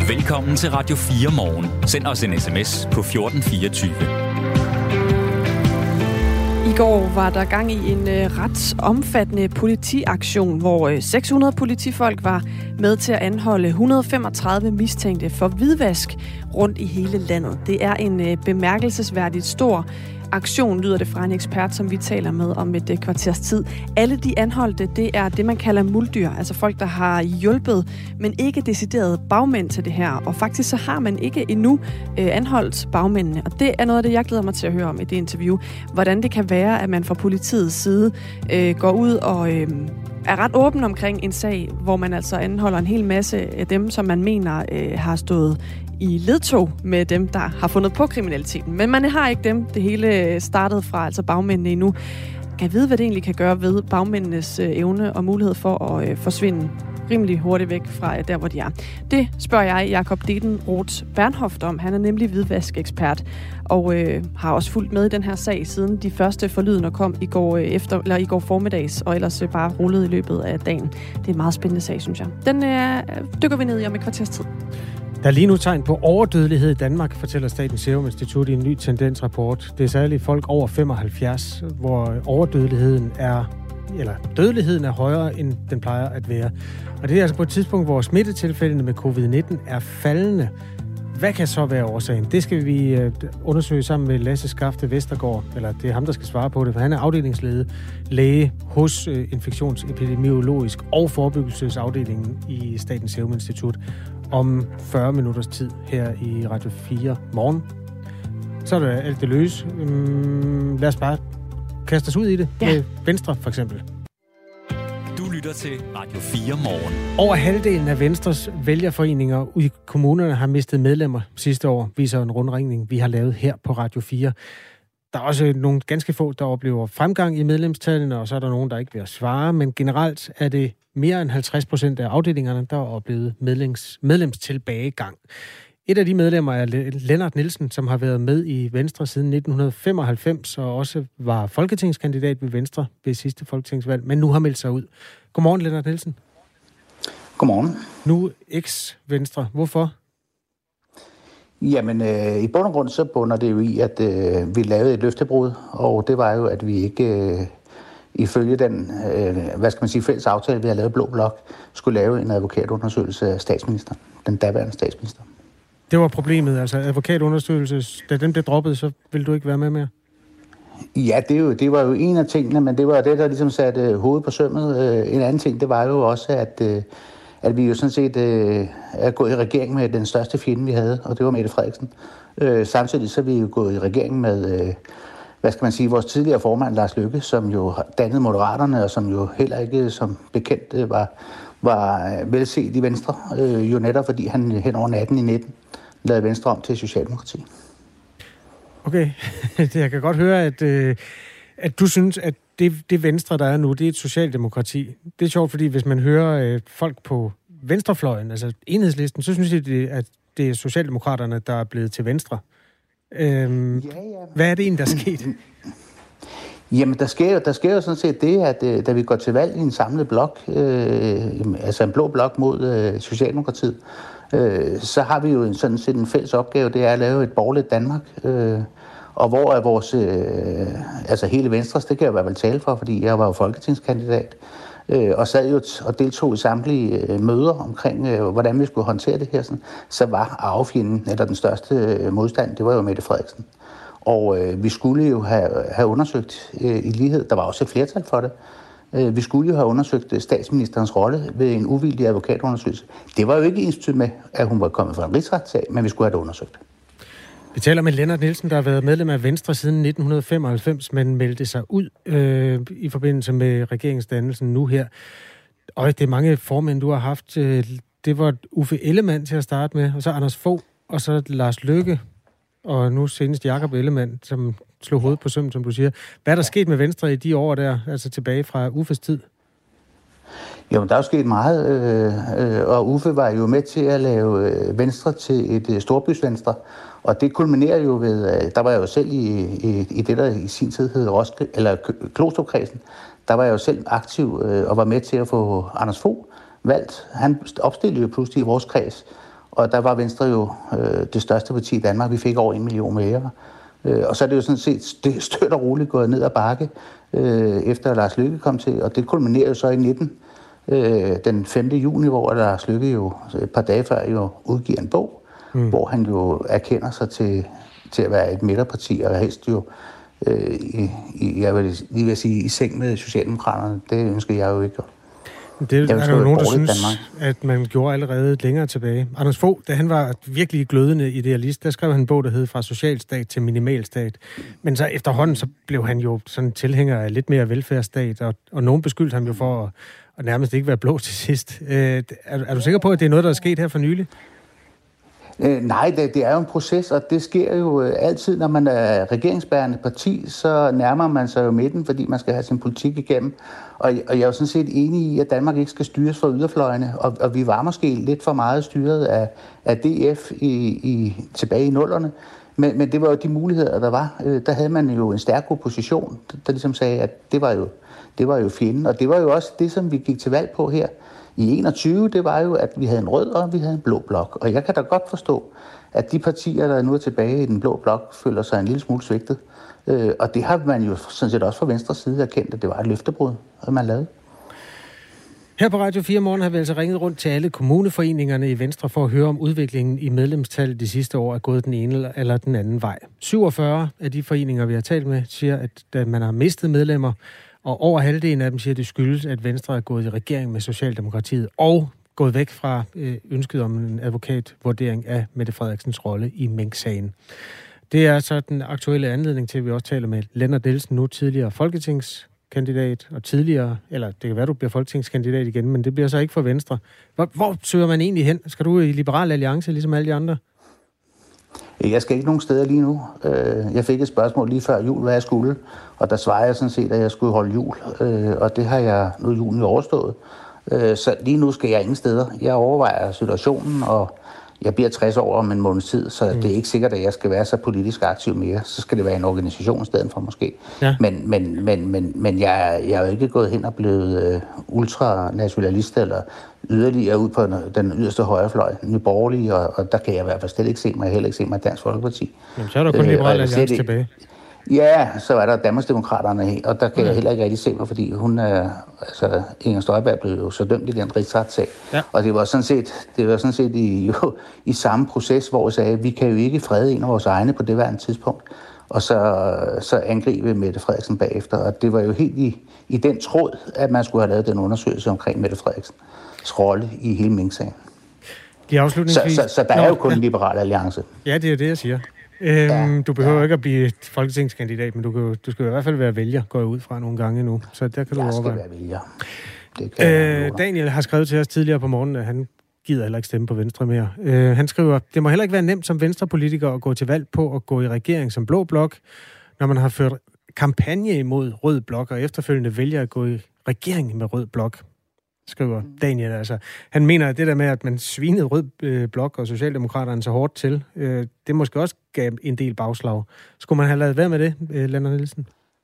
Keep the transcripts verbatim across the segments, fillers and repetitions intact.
Velkommen til Radio fire Morgen. Send os en sms på fjorten fireogtyve. I går var der gang i en øh, ret omfattende politiaktion, hvor øh, seks hundrede politifolk var med til at anholde et hundrede og femogtredive mistænkte for hvidvask rundt i hele landet. Det er en øh, bemærkelsesværdigt stor aktion, lyder det fra en ekspert, som vi taler med om et øh, kvarters tid. Alle de anholdte, det er det, man kalder muldyr, altså folk, der har hjulpet, men ikke decideret bagmænd til det her. Og faktisk så har man ikke endnu øh, anholdt bagmændene, og det er noget af det, jeg glæder mig til at høre om i det interview. Hvordan det kan være, at man fra politiets side øh, går ud og øh, er ret åben omkring en sag, hvor man altså anholder en hel masse af dem, som man mener øh, har stået i ledtog med dem, der har fundet på kriminaliteten. Men man har ikke dem. Det hele startede fra altså bagmændene endnu. Kan jeg vide, hvad det egentlig kan gøre ved bagmændenes øh, evne og mulighed for at øh, forsvinde rimelig hurtigt væk fra der, hvor de er. Det spørger jeg Jakob Degenroth Bernhoft om. Han er nemlig hvidvaskekspert og øh, har også fulgt med i den her sag, siden de første forlydender kom i går, øh, efter, eller i går formiddags, og ellers øh, bare rullede i løbet af dagen. Det er en meget spændende sag, synes jeg. Den øh, dykker vi ned i om et kvarters tid. Der er lige nu tegn på overdødelighed i Danmark, fortæller Statens Serum Institut i en ny tendensrapport. Det er særligt folk over femoghalvfjerds, hvor overdødeligheden er, eller dødeligheden er højere, end den plejer at være. Og det er altså på et tidspunkt, hvor smittetilfældene med covid nitten er faldende. Hvad kan så være årsagen? Det skal vi undersøge sammen med Lasse Skafte Vestergaard, eller det er ham, der skal svare på det, for han er afdelingsleder læge hos Infektionsepidemiologisk og Forebyggelsesafdelingen i Statens Serum Institut om fyrre minutters tid her i Radio fire Morgen. Så er der alt det løse. Um, lad os bare kaste os ud i det. Ja. Med Venstre for eksempel. Du lytter til Radio fire Morgen. Over halvdelen af Venstres vælgerforeninger i kommunerne har mistet medlemmer sidste år, viser en rundringning, vi har lavet her på Radio fire. Der er også nogle ganske få, der oplever fremgang i medlemstallene, og så er der nogen, der ikke vil svare, men generelt er det mere end halvtreds procent af afdelingerne, der har oplevet medlems, medlemstilbagegang. Et af de medlemmer er Lennart Nielsen, som har været med i Venstre siden nitten femoghalvfems, og også var folketingskandidat ved Venstre ved sidste folketingsvalg, men nu har meldt sig ud. Godmorgen, Lennart Nielsen. Godmorgen. Nu eks-Venstre. Hvorfor? Jamen, øh, i bund og grund så bunder det jo i, at øh, vi lavede et løftebrud, og det var jo, at vi ikke øh, ifølge den, øh, hvad skal man sige, fælles aftale, vi har lavet Blå Blok, skulle lave en advokatundersøgelse af statsministeren, den daværende statsminister. Det var problemet, altså advokatundersøgelse. Da den blev droppet, så ville du ikke være med mere? Ja, det, er jo, det var jo en af tingene, men det var det, der ligesom satte øh, hovedet på sømmet. Øh, en anden ting, det var jo også, at, øh, at vi jo sådan set øh, er gået i regering med den største fjende, vi havde, og det var Mette Frederiksen. Øh, samtidig så er vi jo gået i regering med, øh, hvad skal man sige, vores tidligere formand, Lars Løkke, som jo dannede Moderaterne, og som jo heller ikke som bekendt øh, var, var velset i Venstre, øh, jo netop fordi han hen over natten i nitten lavede Venstre om til Socialdemokrati. Okay, jeg kan godt høre, at, øh, at du synes, at det, det Venstre, der er nu, det er et socialdemokrati. Det er sjovt, fordi hvis man hører øh, folk på venstrefløjen, altså Enhedslisten, så synes jeg, at det er Socialdemokraterne, der er blevet til Venstre. Øhm, ja, ja. Hvad er det egentlig, der er sket? Jamen, der sker, jo, der sker jo sådan set det, at øh, da vi går til valg i en samlet blok, øh, altså en blå blok mod øh, Socialdemokratiet, øh, så har vi jo en, sådan set en fælles opgave, det er at lave et borgerligt Danmark. Øh, og hvor er vores, øh, altså hele Venstres, det kan jeg i hvert fald tale for, fordi jeg var jo folketingskandidat, øh, og sad jo og deltog i samtlige øh, møder omkring, øh, hvordan vi skulle håndtere det her, sådan, så var arvefjenden, eller den største øh, modstand, det var jo Mette Frederiksen. Og øh, vi skulle jo have, have undersøgt øh, i lighed, der var også et flertal for det, øh, vi skulle jo have undersøgt statsministerens rolle ved en uvildig advokatundersøgelse. Det var jo ikke ensbetydende med, at hun var kommet fra en rigsretssag, men vi skulle have det undersøgt. Vi taler med Lennart Nielsen, der har været medlem af Venstre siden nitten femoghalvfems, men meldte sig ud øh, i forbindelse med regeringsdannelsen nu her. Og det er mange formænd, du har haft. Det var Uffe Ellemann til at starte med, og så Anders Fogh, og så Lars Løkke, og nu senest Jakob Ellemann, som slog hovedet på sømmen, som du siger. Hvad er der sket med Venstre i de år der, altså tilbage fra Uffes tid? Jo, der er jo sket meget, øh, øh, og Uffe var jo med til at lave øh, Venstre til et øh, storbysvenstre, og det kulminerer jo ved, øh, der var jeg jo selv i, i, i det, der i sin tid hed Roskilde, eller Klosterkredsen, der var jeg jo selv aktiv øh, og var med til at få Anders Fogh valgt. Han opstillede jo pludselig i vores kreds, Og der var Venstre jo øh, det største parti i Danmark. Vi fik over en million vælgere. Øh, og så er det jo sådan set det støt og roligt gået ned ad bakke, øh, efter Lars Løkke kom til. Og det kulminerer jo så i nitten, øh, den femte juni, hvor Lars Løkke jo et par dage før jo udgiver en bog, mm. hvor han jo erkender sig til, til at være et midterparti, og helst jo øh, i, i, jeg vil lige vil sige, i seng med Socialdemokraterne. Det ønsker jeg jo ikke. Det er jo nogen, der synes, Danmark. At man gjorde allerede længere tilbage. Anders Fogh, da han var virkelig glødende idealist, der skrev han en bog, der hed Fra socialstat til minimalstat. Men så efterhånden, så blev han jo sådan tilhænger af lidt mere velfærdsstat, og, og nogen beskyldte ham jo for at, at nærmest ikke være blå til sidst. Øh, er, er du sikker på, at det er noget, der er sket her for nylig? Øh, nej, det, det er jo en proces, og det sker jo øh, altid, når man er regeringsbærende parti, så nærmer man sig jo midten, fordi man skal have sin politik igennem. Og, og jeg er jo sådan set enig i, at Danmark ikke skal styres fra yderfløjene, og, og vi var måske lidt for meget styret af, af D F i, i, tilbage i nullerne. Men, men det var jo de muligheder, der var. Øh, der havde man jo en stærk opposition, der, der ligesom sagde, at det var jo, det var jo fjenden. Og det var jo også det, som vi gik til valg på her. I enogtyve, det var jo, at vi havde en rød, og vi havde en blå blok. Og jeg kan da godt forstå, at de partier, der nu er tilbage i den blå blok, føler sig en lille smule svigtet. Øh, og det har man jo sådan set også fra Venstres side erkendt, at det var et løftebrud, at man lavede. Her på Radio fire Morgen har vi altså ringet rundt til alle kommuneforeningerne i Venstre for at høre om udviklingen i medlemstallet de sidste år er gået den ene eller den anden vej. syvogfyrre af de foreninger, vi har talt med, siger, at man har mistet medlemmer, og over halvdelen af dem siger, at det skyldes, at Venstre er gået i regering med Socialdemokratiet og gået væk fra øh, ønsket om en advokatvurdering af Mette Frederiksens rolle i Mink-sagen. Det er så den aktuelle anledning til, at vi også taler med Lennart Nielsen, nu tidligere folketingskandidat, og tidligere, eller det kan være, du bliver folketingskandidat igen, men det bliver så ikke for Venstre. Hvor, hvor søger man egentlig hen? Skal du i Liberal Alliance, ligesom alle de andre? Jeg skal ikke nogen steder lige nu. Jeg fik et spørgsmål lige før jul, hvad jeg skulle, og der svarede jeg sådan set, at jeg skulle holde jul, og det har jeg nu julen overstået. Så lige nu skal jeg ingen steder. Jeg overvejer situationen, og jeg bliver tres år om en måneds tid, så mm. det er ikke sikkert, at jeg skal være så politisk aktiv mere. Så skal det være en organisation i stedet for måske. Ja. Men, men, men, men, men jeg, jeg er jo ikke gået hen og blevet uh, ultranationalist eller yderligere ud på den yderste højrefløj, Nye Borgerlige, og, og der kan jeg i hvert fald slet ikke se mig, jeg heller ikke se mig Dansk Folkeparti. Jamen, så er der kun Liberal Alliance tilbage. Ja, så er der Danmarksdemokraterne, og der kan jeg heller ikke rigtig se mig, fordi hun er, altså Inger Støjberg blev jo så dømt i den rigsretssag. Ja. Og det var sådan set, det var sådan set i, jo, i samme proces, hvor jeg sagde, at vi kan jo ikke frede en af vores egne på det værende tidspunkt, og så, så angribe Mette Frederiksen bagefter. Og det var jo helt i, i den tråd, at man skulle have lavet den undersøgelse omkring Mette Frederiksens rolle i hele Mink-sagen. Så, så, så, så der Nå, er jo kun ja. Liberal Alliance. Ja, det er det, jeg siger. Øhm, ja, du behøver ja. ikke at blive folketingskandidat, men du, kan, du skal i hvert fald være vælger, går jeg ud fra nogle gange nu. Så der kan du jeg overveje. Jeg skal være vælger. Det kan øh, jeg Daniel har skrevet til os tidligere på morgenen, at han gider heller ikke stemme på Venstre mere. Øh, han skriver, det må heller ikke være nemt som venstrepolitiker at gå til valg på at gå i regering som blå blok, når man har ført kampagne imod rød blok, og efterfølgende vælger at gå i regering med rød blok, skriver Daniel. Altså, han mener, at det der med, at man svinede rød øh, blok og Socialdemokraterne så hårdt til, øh, det måske også gav en del bagslag. Skulle man have lavet være med det, øh, Lennart Nielsen?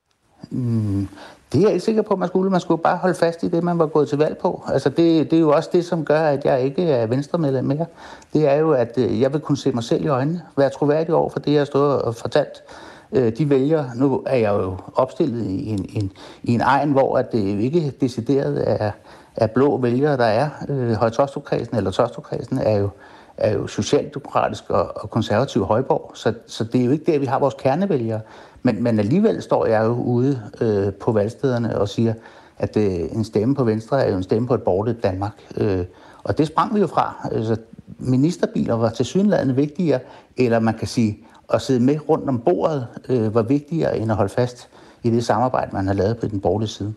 Mm, det er jeg ikke sikker på, at man skulle. Man skulle bare holde fast i det, man var gået til valg på. Altså, det, det er jo også det, som gør, at jeg ikke er venstremedlem mere. Det er jo, at øh, jeg vil kunne se mig selv i øjnene, være troværdig over for det, jeg har stået og fortalt. Øh, de vælger, nu er jeg jo opstillet i en, en, i en egen, hvor at det ikke decideret er af blå vælgere, der er. Øh, Høje-Taastrup-kredsen eller Taastrup-kredsen er jo, er jo socialdemokratisk og, og konservativ Højborg, så, så det er jo ikke der, vi har vores kernevælgere. Men, men alligevel står jeg jo ude øh, på valgstederne og siger, at øh, en stemme på Venstre er jo en stemme på et borgerligt Danmark. Øh, og det sprang vi jo fra. Altså, ministerbiler var tilsyneladende vigtigere, eller man kan sige, at sidde med rundt om bordet øh, var vigtigere end at holde fast i det samarbejde, man har lavet på den borgerlige side.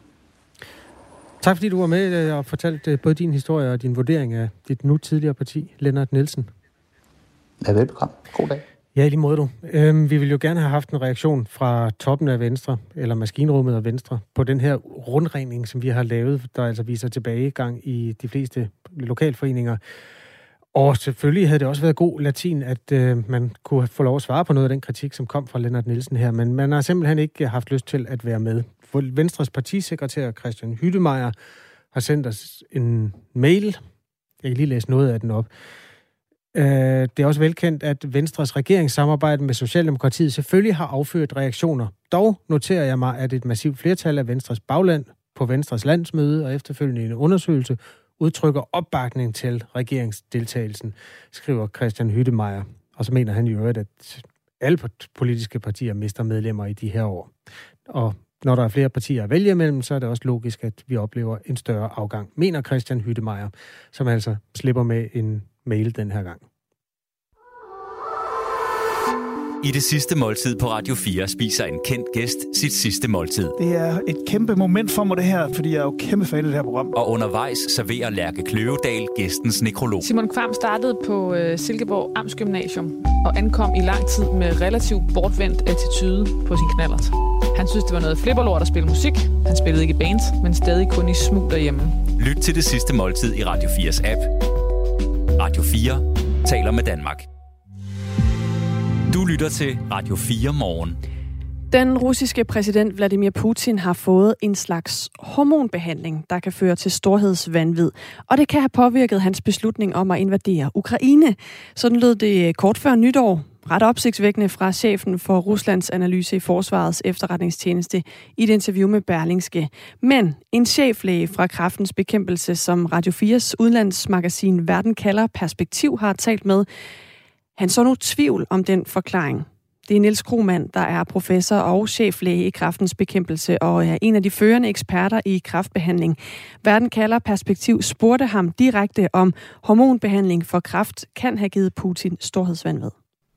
Tak fordi du var med og fortalte både din historie og din vurdering af dit nu tidligere parti, Lennart Nielsen. Ja, velbekomme. God dag. Ja, i lige måde du. Øhm, vi ville jo gerne have haft en reaktion fra toppen af Venstre, eller maskinrummet af Venstre, på den her rundringning, som vi har lavet, der altså viser tilbagegang i de fleste lokalforeninger. Og selvfølgelig havde det også været god latin, at øh, man kunne få lov at svare på noget af den kritik, som kom fra Lennart Nielsen her, men man har simpelthen ikke haft lyst til at være med. Venstres partisekretær Christian Hyttemeier har sendt os en mail. Jeg kan lige læse noget af den op. Det er også velkendt, at Venstres regeringssamarbejde med Socialdemokratiet selvfølgelig har affødt reaktioner. Dog noterer jeg mig, at et massivt flertal af Venstres bagland på Venstres landsmøde og efterfølgende en undersøgelse udtrykker opbakning til regeringsdeltagelsen, skriver Christian Hyttemeier. Og så mener han jo, at alle politiske partier mister medlemmer i de her år. Og når der er flere partier at vælge imellem, så er det også logisk, at vi oplever en større afgang, mener Christian Hyttemeier, som altså slipper med en mail den her gang. I det sidste måltid på Radio fire spiser en kendt gæst sit sidste måltid. Det er et kæmpe moment for mig det her, fordi jeg er jo kæmpe fan af det her program. Og undervejs serverer Lærke Kløvedal gæstens nekrolog. Simon Kvam startede på øh, Silkeborg Amtsgymnasium og ankom i lang tid med relativt bortvendt attitude på sin knallert. Han synes, det var noget flipperlort at spille musik. Han spillede ikke i bands, men stadig kun i smug derhjemme. Lyt til det sidste måltid i Radio fires app. Radio fire taler med Danmark. Du lytter til Radio fire morgen. Den russiske præsident Vladimir Putin har fået en slags hormonbehandling, der kan føre til storhedsvanvid. Og det kan have påvirket hans beslutning om at invadere Ukraine. Sådan lød det kort før nytår. Ret opsigtsvækkende fra chefen for Ruslands analyse i Forsvarets efterretningstjeneste i et interview med Berlingske. Men en cheflæge fra Kræftens Bekæmpelse, som Radio fires udlandsmagasin Verden kalder Perspektiv har talt med, han så nu tvivl om den forklaring. Det er Niels Krohmann, der er professor og cheflæge i Kræftens Bekæmpelse og er en af de førende eksperter i kræftbehandling. Verden kalder Perspektiv spurgte ham direkte om hormonbehandling for kræft kan have givet Putin storhedsvanvid.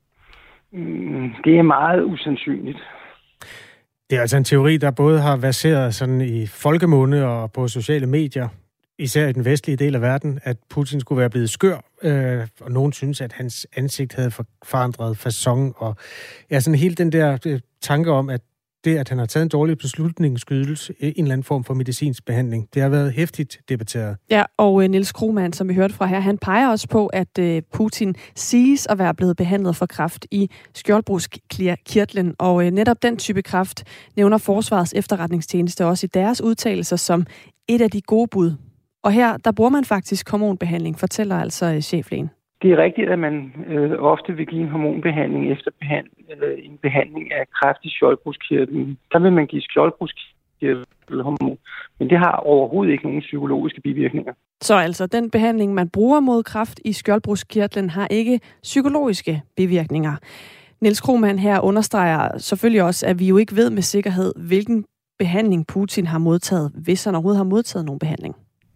Det er meget usandsynligt. Det er altså en teori, der både har verseret sådan i folkemunde og på sociale medier, især i den vestlige del af verden, at Putin skulle være blevet skør, øh, og nogen synes, at hans ansigt havde forandret facon, og ja, sådan helt den der øh, tanke om, at det, at han har taget en dårlig beslutning, skyldes en eller anden form for medicinsk behandling. Det har været hæftigt debatteret. Ja, og øh, Niels Krohmann, som vi hørte fra her, han peger også på, at øh, Putin siges at være blevet behandlet for kræft i skjoldbruskkirtlen, og øh, netop den type kræft nævner Forsvarets efterretningstjeneste også i deres udtalelser som et af de gode bud. Og her, der bruger man faktisk hormonbehandling, fortæller altså øh, cheflægen. Det er rigtigt, at man øh, ofte vil give en hormonbehandling efter behand- øh, en behandling af kræft i skjoldbruskkirtlen. Der vil man give skjoldbruskkirtelhormon, men det har overhovedet ikke nogen psykologiske bivirkninger. Så altså, den behandling, man bruger mod kræft i skjoldbruskkirtlen, har ikke psykologiske bivirkninger. Niels Krohmann her understreger selvfølgelig også, at vi jo ikke ved med sikkerhed, hvilken behandling Putin har modtaget, hvis han overhovedet har modtaget nogen behandling.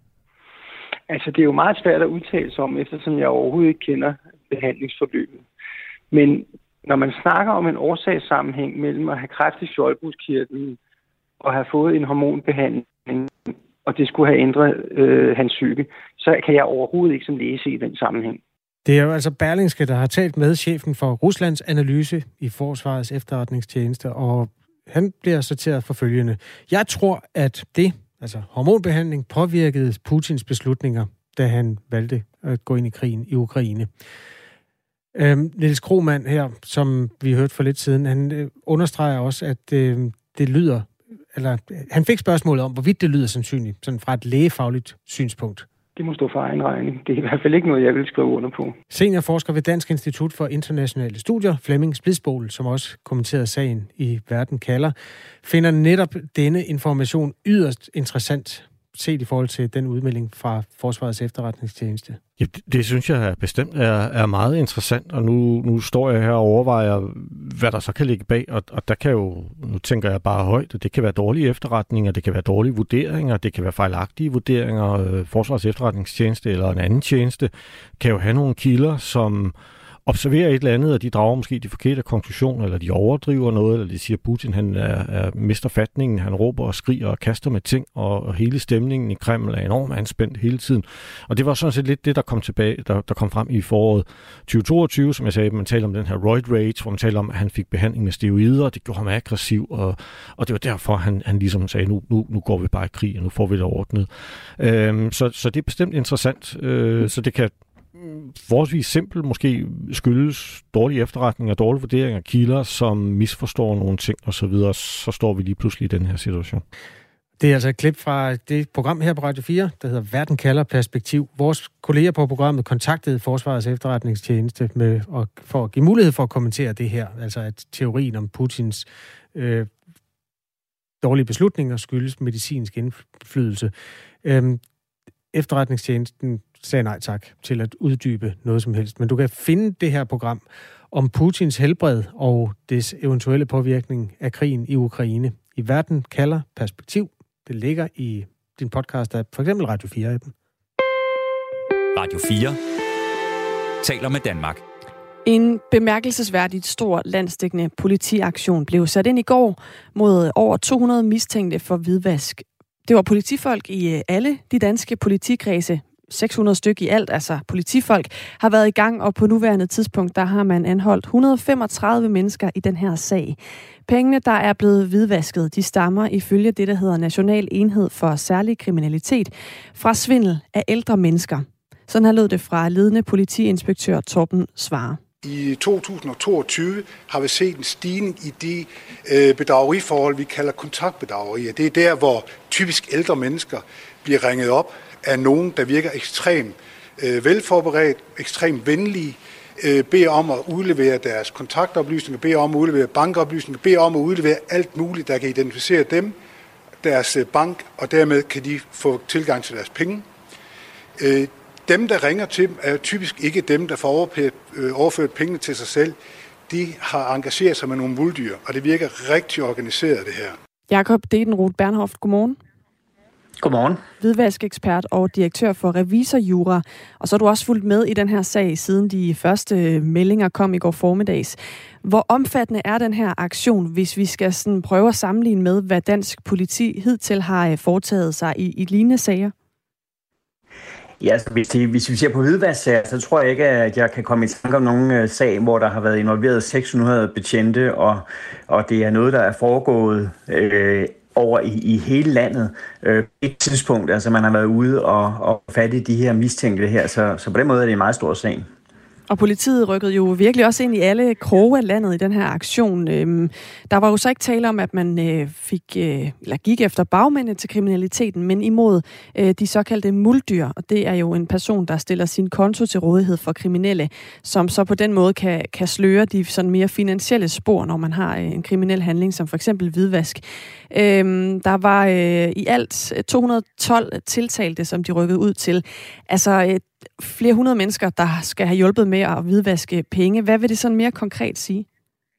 Altså, det er jo meget svært at udtale sig om, eftersom jeg overhovedet ikke kender behandlingsforløbet. Men når man snakker om en årsagssammenhæng mellem at have kræft i skjoldbruskkirtlen og have fået en hormonbehandling, og det skulle have ændret øh, hans psyke, så kan jeg overhovedet ikke som læse i den sammenhæng. Det er jo altså Berlingske, der har talt med chefen for Ruslands analyse i Forsvarets efterretningstjeneste, og han bliver citeret for følgende. Jeg tror, at det, altså hormonbehandling, påvirkede Putins beslutninger, da han valgte at gå ind i krigen i Ukraine. Øhm, Niels Krohmann her, som vi hørte for lidt siden, han øh, understreger også, at øh, det lyder, eller han fik spørgsmålet om, hvorvidt det lyder sandsynligt, sådan fra et lægefagligt synspunkt. Det må stå for egen regning. Det er i hvert fald ikke noget, jeg vil skrive under på. Seniorforsker ved Dansk Institut for Internationale Studier, Flemming Splidsboel, som også kommenterede sagen i Verden kalder, finder netop denne information yderst interessant, set i forhold til den udmelding fra Forsvarets efterretningstjeneste. Ja, det, det synes jeg bestemt er, er meget interessant, og nu, nu står jeg her og overvejer, hvad der så kan ligge bag, og, og der kan jo, nu tænker jeg bare højt, at det kan være dårlige efterretninger, det kan være dårlige vurderinger, det kan være fejlagtige vurderinger. Forsvarets efterretningstjeneste eller en anden tjeneste kan jo have nogle kilder, som observerer et eller andet, og de drager måske de forkerte konklusioner, eller de overdriver noget, eller de siger, at Putin han er, er mister fatningen, han råber og skriger og kaster med ting, og, og hele stemningen i Kreml er enormt anspændt hele tiden. Og det var sådan set lidt det, der kom tilbage, der, der kom frem i foråret tyve toogtyve, som jeg sagde, man taler om den her roid rage, hvor man taler om, at han fik behandling med steroider, og det gjorde ham aggressiv, og, og det var derfor, han, han ligesom sagde, nu, nu, nu går vi bare i krig, og nu får vi det ordnet. Øhm, så, så det er bestemt interessant, øh, så det kan forholdsvis simpelt måske skyldes dårlige efterretninger, dårlige vurderinger, kilder, som misforstår nogle ting osv., så, så står vi lige pludselig i den her situation. Det er altså et klip fra det program her på Radio fire, der hedder Verden kalder perspektiv. Vores kolleger på programmet kontaktede Forsvarets efterretningstjeneste med, og for at give mulighed for at kommentere det her, altså at teorien om Putins øh, dårlige beslutninger skyldes medicinsk indflydelse. Øhm, efterretningstjenesten sagde nej tak til at uddybe noget som helst, men du kan finde det her program om Putins helbred og dets eventuelle påvirkning af krigen i Ukraine i Verden kalder perspektiv. Det ligger i din podcast-app, for eksempel Radio fire-appen. Radio fire taler med Danmark. En bemærkelsesværdigt stor landsdækkende politiaktion blev sat ind i går mod over to hundrede mistænkte for hvidvask. Det var politifolk i alle de danske politikredse. seks hundrede stykker i alt, altså politifolk, har været i gang, og på nuværende tidspunkt, der har man anholdt et hundrede og femogtredive mennesker i den her sag. Pengene, der er blevet hvidvasket, de stammer ifølge det, der hedder National Enhed for Særlig Kriminalitet, fra svindel af ældre mennesker. Sådan har lød det fra ledende politiinspektør Torben Svare. I to tusind og toogtyve har vi set en stigning i de øh, bedrageriforhold, vi kalder kontaktbedragerier. Det er der, hvor typisk ældre mennesker bliver ringet op af nogen, der virker ekstremt øh, velforberedt, ekstremt venlige, øh, beder om at udlevere deres kontaktoplysninger, beder om at udlevere bankoplysninger, beder om at udlevere alt muligt, der kan identificere dem, deres øh, bank, og dermed kan de få tilgang til deres penge. Øh, dem, der ringer til dem, er typisk ikke dem, der får overført, øh, overført pengene til sig selv. De har engageret sig med nogle muldyr, og det virker rigtig organiseret, det her. Jakob Dedenroth Bernhoft, godmorgen. Godmorgen. Hvidvaskekspert og direktør for Revisor Jura. Og så er du også fulgt med i den her sag, siden de første meldinger kom i går formiddags. Hvor omfattende er den her aktion, hvis vi skal sådan prøve at sammenligne med, hvad dansk politi hidtil har foretaget sig i, i lignende sager? Ja, altså, hvis, det, hvis vi ser på hvidvasksager, så tror jeg ikke, at jeg kan komme i tanke om nogen uh, sag, hvor der har været involveret seks hundrede betjente, og, og det er noget, der er foregået øh, over i, i hele landet øh, et tidspunkt. Altså man har været ude og, og fat i de her mistænkte her, så, så på den måde er det en meget stor sag. Og politiet rykkede jo virkelig også ind i alle kroge af landet i den her aktion. Øhm, der var jo så ikke tale om, at man øh, fik, øh, eller gik efter bagmændene til kriminaliteten, men imod øh, de såkaldte muldyr. Og det er jo en person, der stiller sin konto til rådighed for kriminelle, som så på den måde kan, kan sløre de sådan mere finansielle spor, når man har øh, en kriminel handling, som for eksempel hvidvask. Øhm, der var øh, i alt to hundrede og tolv tiltalte, som de rykkede ud til. Altså øh, flere hundrede mennesker, der skal have hjulpet med at hvidvaske penge. Hvad vil det sådan mere konkret sige?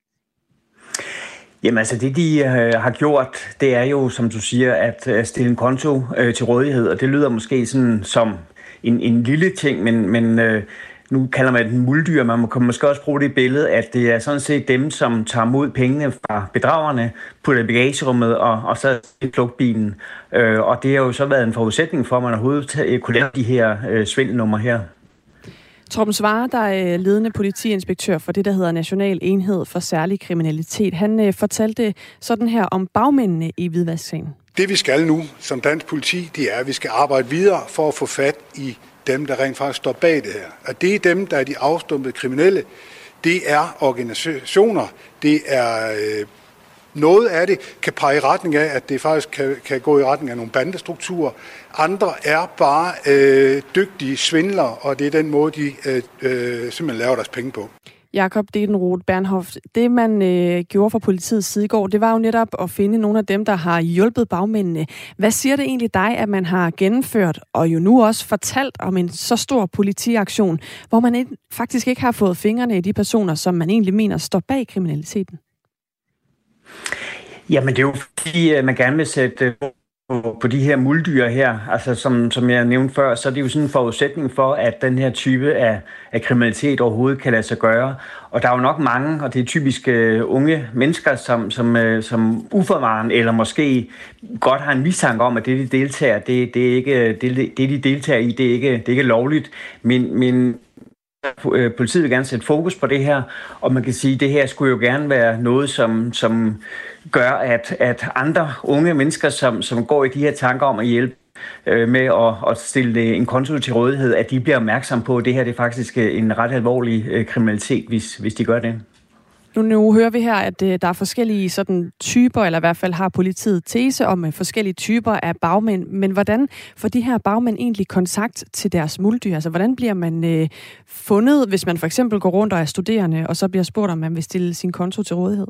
Jamen altså det, de øh, har gjort, det er jo, som du siger, at øh, stille en konto øh, til rådighed, og det lyder måske sådan som en, en lille ting, men, men øh, nu kalder man det en muldyr. Man kan måske også bruge det i billedet, at det er sådan set dem, som tager mod pengene fra bedragerne, putter i bagagerummet og, og så i flugtbilen. Øh, og det har jo så været en forudsætning for, at man overhovedet kunne lave de her øh, svindelnumre her. Torben Svare, der er ledende politiinspektør for det, der hedder National Enhed for Særlig Kriminalitet. Han øh, fortalte sådan her om bagmændene i hvidvasksagen. Det vi skal nu som dansk politi, det er, at vi skal arbejde videre for at få fat i dem, der rent faktisk står bag det her. Og det er dem, der er de afstumpede kriminelle. Det er organisationer. Det er øh, noget af det kan pege i retning af, at det faktisk kan, kan gå i retning af nogle bandestrukturer. Andre er bare øh, dygtige svindlere, og det er den måde, de øh, øh, simpelthen laver deres penge på. Jakob Dedenroth Bernhoft, det man øh, gjorde fra politiets side i går, det var jo netop at finde nogle af dem, der har hjulpet bagmændene. Hvad siger det egentlig dig, at man har gennemført, og jo nu også fortalt om en så stor politiaktion, hvor man ikke, faktisk ikke har fået fingrene i de personer, som man egentlig mener står bag kriminaliteten? Jamen det er jo fordi, man gerne vil sætte på, på de her muldyr her, altså som, som jeg nævnte før, så er det jo sådan en forudsætning for, at den her type af, af kriminalitet overhovedet kan lade sig gøre. Og der er jo nok mange, og det er typisk uh, unge mennesker, som, som, uh, som uforvarende eller måske godt har en mistanke om, at det, de deltager, det, det, er ikke, det, det de deltager i, det er ikke, det er ikke lovligt, men, men politiet vil gerne sætte fokus på det her, og man kan sige, at det her skulle jo gerne være noget, som, som gør, at, at andre unge mennesker, som, som går i de her tanker om at hjælpe øh, med at, at stille en konto til rådighed, at de bliver opmærksomme på, at det her det er faktisk en ret alvorlig øh, kriminalitet, hvis, hvis de gør det. Nu, nu hører vi her, at uh, der er forskellige sådan, typer, eller i hvert fald har politiet tese om uh, forskellige typer af bagmænd. Men hvordan får de her bagmænd egentlig kontakt til deres muldyr? Altså, hvordan bliver man uh, fundet, hvis man for eksempel går rundt og er studerende, og så bliver spurgt, om man vil stille sin konto til rådighed?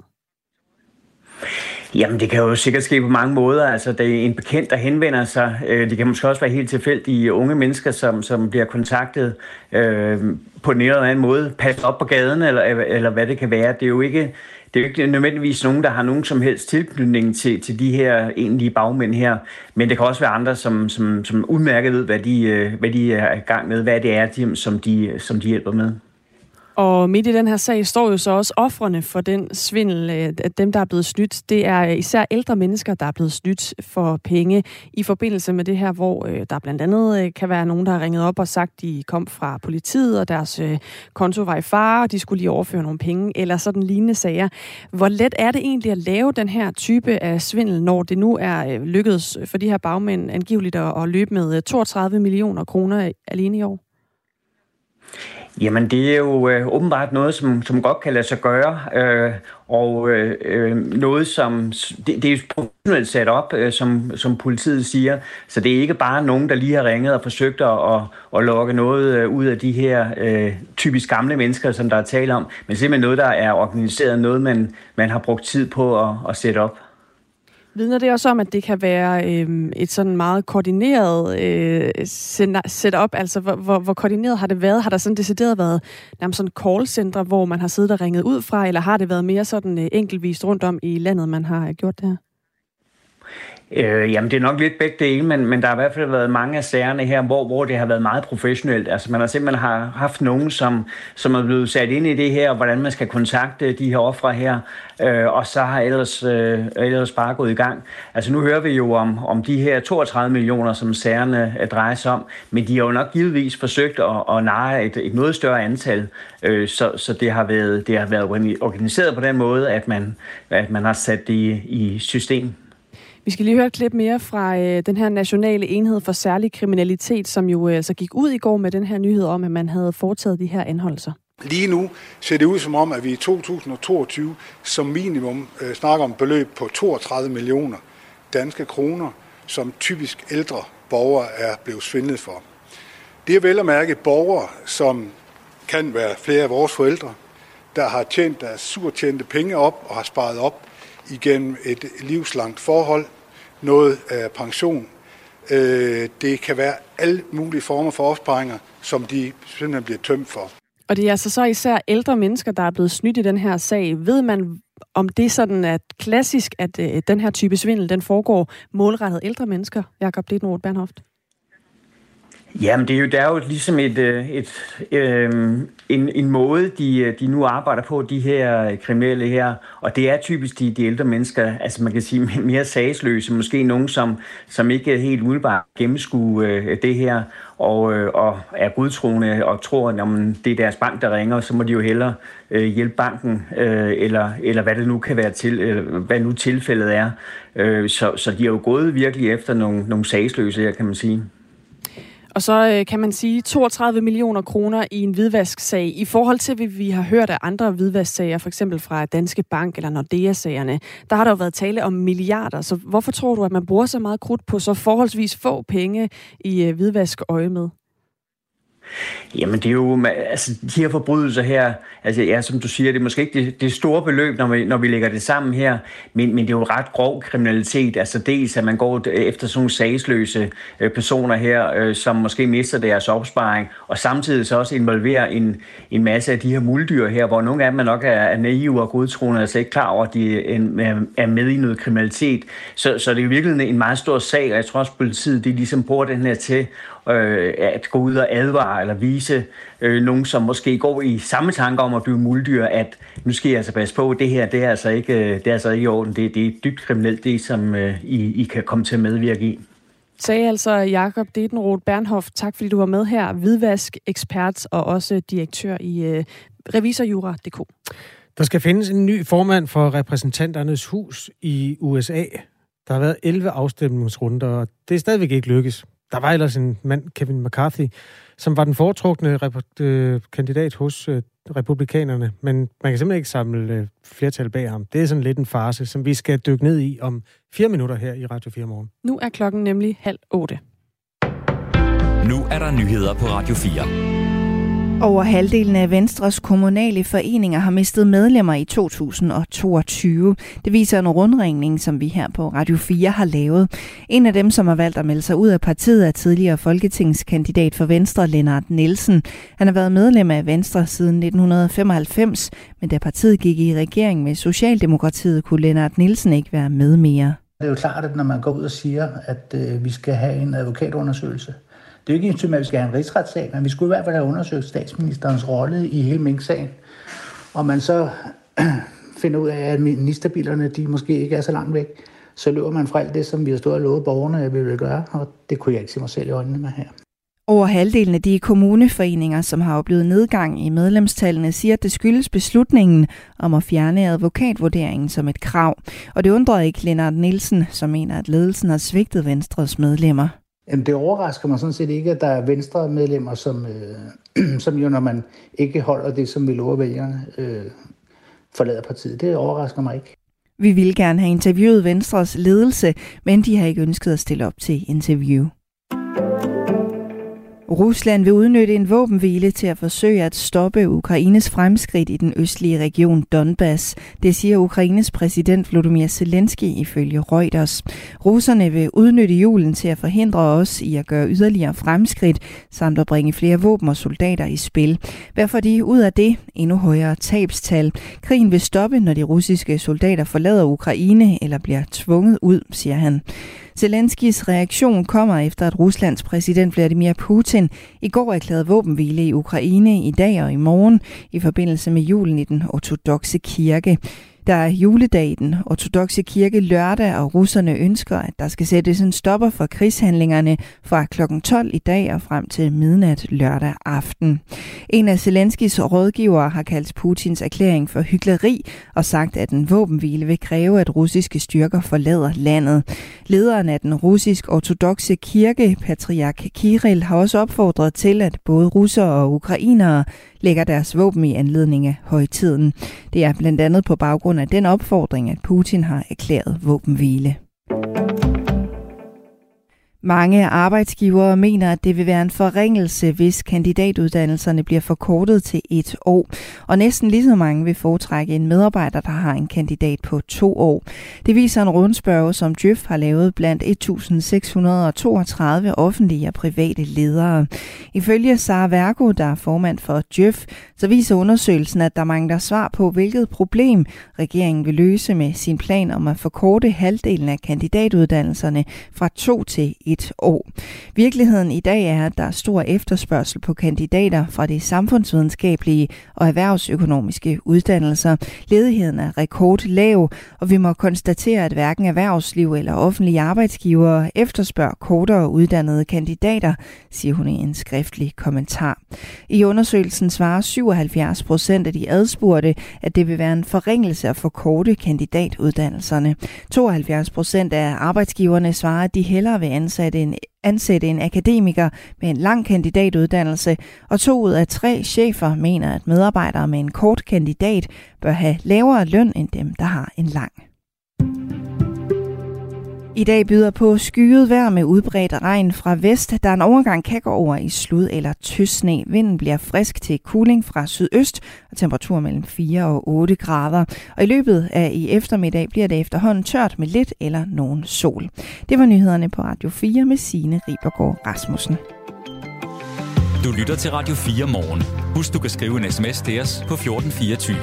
Jamen, det kan jo sikkert ske på mange måder. Altså, det er en bekendt, der henvender sig. Det kan måske også være helt tilfældige unge mennesker, som, som bliver kontaktet øh, på en eller anden måde. Pas op på gaden, eller, eller hvad det kan være. Det er jo ikke, det er jo ikke nødvendigvis nogen, der har nogen som helst tilknytning til, til de her egentlige bagmænd her. Men det kan også være andre, som, som, som udmærket ved, hvad de, hvad de er i gang med. Hvad det er, de, som, de, som de hjælper med. Og midt i den her sag står jo så også ofrene for den svindel, at dem, der er blevet snydt. Det er især ældre mennesker, der er blevet snydt for penge i forbindelse med det her, hvor der blandt andet kan være nogen, der har ringet op og sagt, at de kom fra politiet, og deres konto var i fare, og de skulle lige overføre nogle penge, eller sådan lignende sager. Hvor let er det egentlig at lave den her type af svindel, når det nu er lykkedes for de her bagmænd angiveligt at løbe med toogtredive millioner kroner alene i år? Jamen, det er jo øh, åbenbart noget, som, som godt kan lade sig gøre, øh, og øh, noget, som... Det, det er jo professionelt sat op, øh, som, som politiet siger, så det er ikke bare nogen, der lige har ringet og forsøgt at, at, at lokke noget øh, ud af de her øh, typisk gamle mennesker, som der er tale om, men simpelthen noget, der er organiseret, noget, man, man har brugt tid på at, at sætte op. Vidner det også om, at det kan være øh, et sådan meget koordineret øh, setup? Altså, hvor, hvor, hvor koordineret har det været? Har der sådan decideret været nærmest sådan callcenter, hvor man har siddet og ringet ud fra, eller har det været mere sådan øh, enkeltvist rundt om i landet, man har gjort det her? Øh, jamen, det er nok lidt begge dele, men, men der har i hvert fald været mange af sagerne her, hvor, hvor det har været meget professionelt. Altså, man har simpelthen har haft nogen, som, som er blevet sat ind i det her, og hvordan man skal kontakte de her ofre her, øh, og så har ellers, øh, ellers bare gået i gang. Altså, nu hører vi jo om, om de her toogtredive millioner, som sagerne drejer sig om, men de har jo nok givetvis forsøgt at, at narre et, et noget større antal, øh, så, så det har været, det har været organiseret på den måde, at man, at man har sat det i, i system. Vi skal lige høre et klip mere fra øh, den her nationale enhed for særlig kriminalitet, som jo altså gik ud i går med den her nyhed om, at man havde foretaget de her anholdelser. Lige nu ser det ud som om, at vi i to tusind og toogtyve som minimum øh, snakker om beløb på toogtredive millioner danske kroner, som typisk ældre borgere er blevet svindlet for. Det er vel at mærke borgere, som kan være flere af vores forældre, der har tjent deres surtjente penge op og har sparet op igennem et livslangt forhold, noget af pension. Det kan være alle mulige former for opsparinger, som de simpelthen bliver tømt for. Og det er altså så især ældre mennesker, der er blevet snydt i den her sag. Ved man, om det er sådan at klassisk, at øh, den her type svindel, den foregår målrettet ældre mennesker? Jakob Dedenroth Bernhoft. Jamen, det er jo, det er jo ligesom et, et, øh, en, en måde, de, de nu arbejder på, de her kriminelle her, og det er typisk de, de ældre mennesker, altså man kan sige mere sagsløse, måske nogen, som, som ikke helt umiddelbart gennemskue øh, det her, og, øh, og er godtroende og tror, at om det er deres bank, der ringer, så må de jo hellere øh, hjælpe banken, øh, eller, eller hvad det nu kan være til, eller hvad nu tilfældet er. Øh, så, så de er jo gået virkelig efter nogle, nogle sagsløse her, kan man sige. Og så øh, kan man sige toogtredive millioner kroner i en hvidvasksag. I forhold til, hvad vi har hørt af andre hvidvasksager, for eksempel fra Danske Bank eller Nordea-sagerne, der har der jo været tale om milliarder. Så hvorfor tror du, at man bruger så meget krudt på så forholdsvis få penge i øh, hvidvaskøje med? Jamen, det er jo, altså, de her forbrydelser her, altså, ja, som du siger, det er måske ikke det, det store beløb, når vi, når vi lægger det sammen her, men, men det er jo ret grov kriminalitet, altså dels, at man går efter sådan nogle sagsløse øh, personer her, øh, som måske mister deres opsparing, og samtidig så også involverer en, en masse af de her muldyr her, hvor nogle af dem nok er, er naive og godtroende, altså ikke klar over, at de er, er med i noget kriminalitet. Så, så det er jo virkelig en meget stor sag, og jeg tror også, at politiet de ligesom bruger den her til øh, at gå ud og advare eller vise øh, nogen, som måske går i samme tanker om at blive muldyr, at nu skal jeg altså passe på, det her, det er altså ikke, det er altså ikke i orden. Det, det er dybt kriminelt, det som øh, I, I kan komme til at medvirke i. Sagde altså Jakob Dedenroth Bernhoft. Tak fordi du var med her. Hvidvask ekspert og også direktør i øh, revisorjura punktum d k. Der skal findes en ny formand for repræsentanternes hus i U S A. Der har været elleve afstemningsrunder, og det er stadigvæk ikke lykkes. der var ellers en mand, Kevin McCarthy, som var den foretrukne rep- øh, kandidat hos øh, republikanerne, men man kan simpelthen ikke samle øh, flertal bag ham. Det er sådan lidt en farce, som vi skal dykke ned i om fire minutter her i Radio fire Morgen. Nu er klokken nemlig halv otte. Nu er der nyheder på Radio fire. Over halvdelen af Venstres kommunale foreninger har mistet medlemmer i to tusind toogtyve. Det viser en rundringning, som vi her på Radio fire har lavet. En af dem, som har valgt at melde sig ud af partiet, er tidligere folketingskandidat for Venstre, Lennart Nielsen. Han har været medlem af Venstre siden nitten femoghalvfems, men da partiet gik i regering med Socialdemokratiet, kunne Lennart Nielsen ikke være med mere. Det er jo klart, at når man går ud og siger, at øh, vi skal have en advokatundersøgelse, det er jo ikke en at vi skal have en rigsretssag, men vi skulle i hvert fald have undersøgt statsministerens rolle i hele Mink-sagen. Og man så finder ud af, at ministerbilerne de måske ikke er så langt væk, så løber man fra alt det, som vi har stået og lovet borgerne, at vi vil gøre, og det kunne jeg ikke se mig selv i øjnene med her. Over halvdelen af de kommuneforeninger, som har oplevet nedgang i medlemstallene, siger, at det skyldes beslutningen om at fjerne advokatvurderingen som et krav. Og det undrer ikke Lennart Nielsen, som mener, at ledelsen har svigtet Venstres medlemmer. Jamen, det overrasker mig sådan set ikke, at der er Venstre-medlemmer, som, øh, som jo, når man ikke holder det, som vi lover vælgerne, øh, forlader partiet. Det overrasker mig ikke. Vi ville gerne have interviewet Venstres ledelse, men de har ikke ønsket at stille op til interview. Rusland vil udnytte en våbenhvile til at forsøge at stoppe Ukraines fremskridt i den østlige region Donbass. Det siger Ukraines præsident Volodymyr Zelensky ifølge Reuters. Russerne vil udnytte julen til at forhindre os i at gøre yderligere fremskridt, samt at bringe flere våben og soldater i spil. Hvad får de ud af det? Endnu højere tabstal. Krigen vil stoppe, når de russiske soldater forlader Ukraine eller bliver tvunget ud, siger han. Zelenskys reaktion kommer efter, at Ruslands præsident Vladimir Putin i går erklærede våbenhvile i Ukraine i dag og i morgen i forbindelse med julen i den ortodokse kirke. Der er juledag i den ortodokse kirke lørdag, og russerne ønsker, at der skal sættes en stopper for krigshandlingerne fra klokken tolv i dag og frem til midnat lørdag aften. En af Zelenskys rådgivere har kaldt Putins erklæring for hykleri og sagt, at en våbenhvile vil kræve, at russiske styrker forlader landet. Lederen af den russisk ortodokse kirke, patriark Kirill, har også opfordret til, at både russere og ukrainere lægger deres våben i anledning af højtiden. Det er blandt andet på baggrund af den opfordring, at Putin har erklæret våbenhvile. Mange arbejdsgivere mener, at det vil være en forringelse, hvis kandidatuddannelserne bliver forkortet til et år. Og næsten lige så mange vil foretrække en medarbejder, der har en kandidat på to år. Det viser en rundspørge, som Djøf har lavet blandt et tusind seks hundrede toogtredive offentlige og private ledere. Ifølge Sara Vergo, der er formand for Djøf, så viser undersøgelsen, at der mangler svar på, hvilket problem regeringen vil løse med sin plan om at forkorte halvdelen af kandidatuddannelserne fra to til et år. Virkeligheden i dag er, at der er stor efterspørgsel på kandidater fra de samfundsvidenskabelige og erhvervsøkonomiske uddannelser. Ledigheden er rekordlav, og vi må konstatere, at hverken erhvervsliv eller offentlige arbejdsgivere efterspørger kortere uddannede kandidater, siger hun i en skriftlig kommentar. I undersøgelsen svarer syvoghalvfjerds procent af de adspurgte, at det vil være en forringelse at forkorte kandidatuddannelserne. tooghalvfjerds procent af arbejdsgiverne svarer, at de hellere vil ansætte en, ansætte en akademiker med en lang kandidatuddannelse, og to ud af tre chefer mener, at medarbejdere med en kort kandidat bør have lavere løn end dem, der har en lang. I dag byder på skyet vejr med udbredt regn fra vest, der en overgang kan gå over i slud eller tøsne. Vinden bliver frisk til kuling fra sydøst, og temperatur mellem fire og otte grader. Og i løbet af i eftermiddag bliver det efterhånden tørt med lidt eller nogen sol. Det var nyhederne på Radio fire med Signe Ribergaard Rasmussen. Du lytter til Radio fire morgen. Husk, du kan skrive en sms til os på fjorten fireogtyve.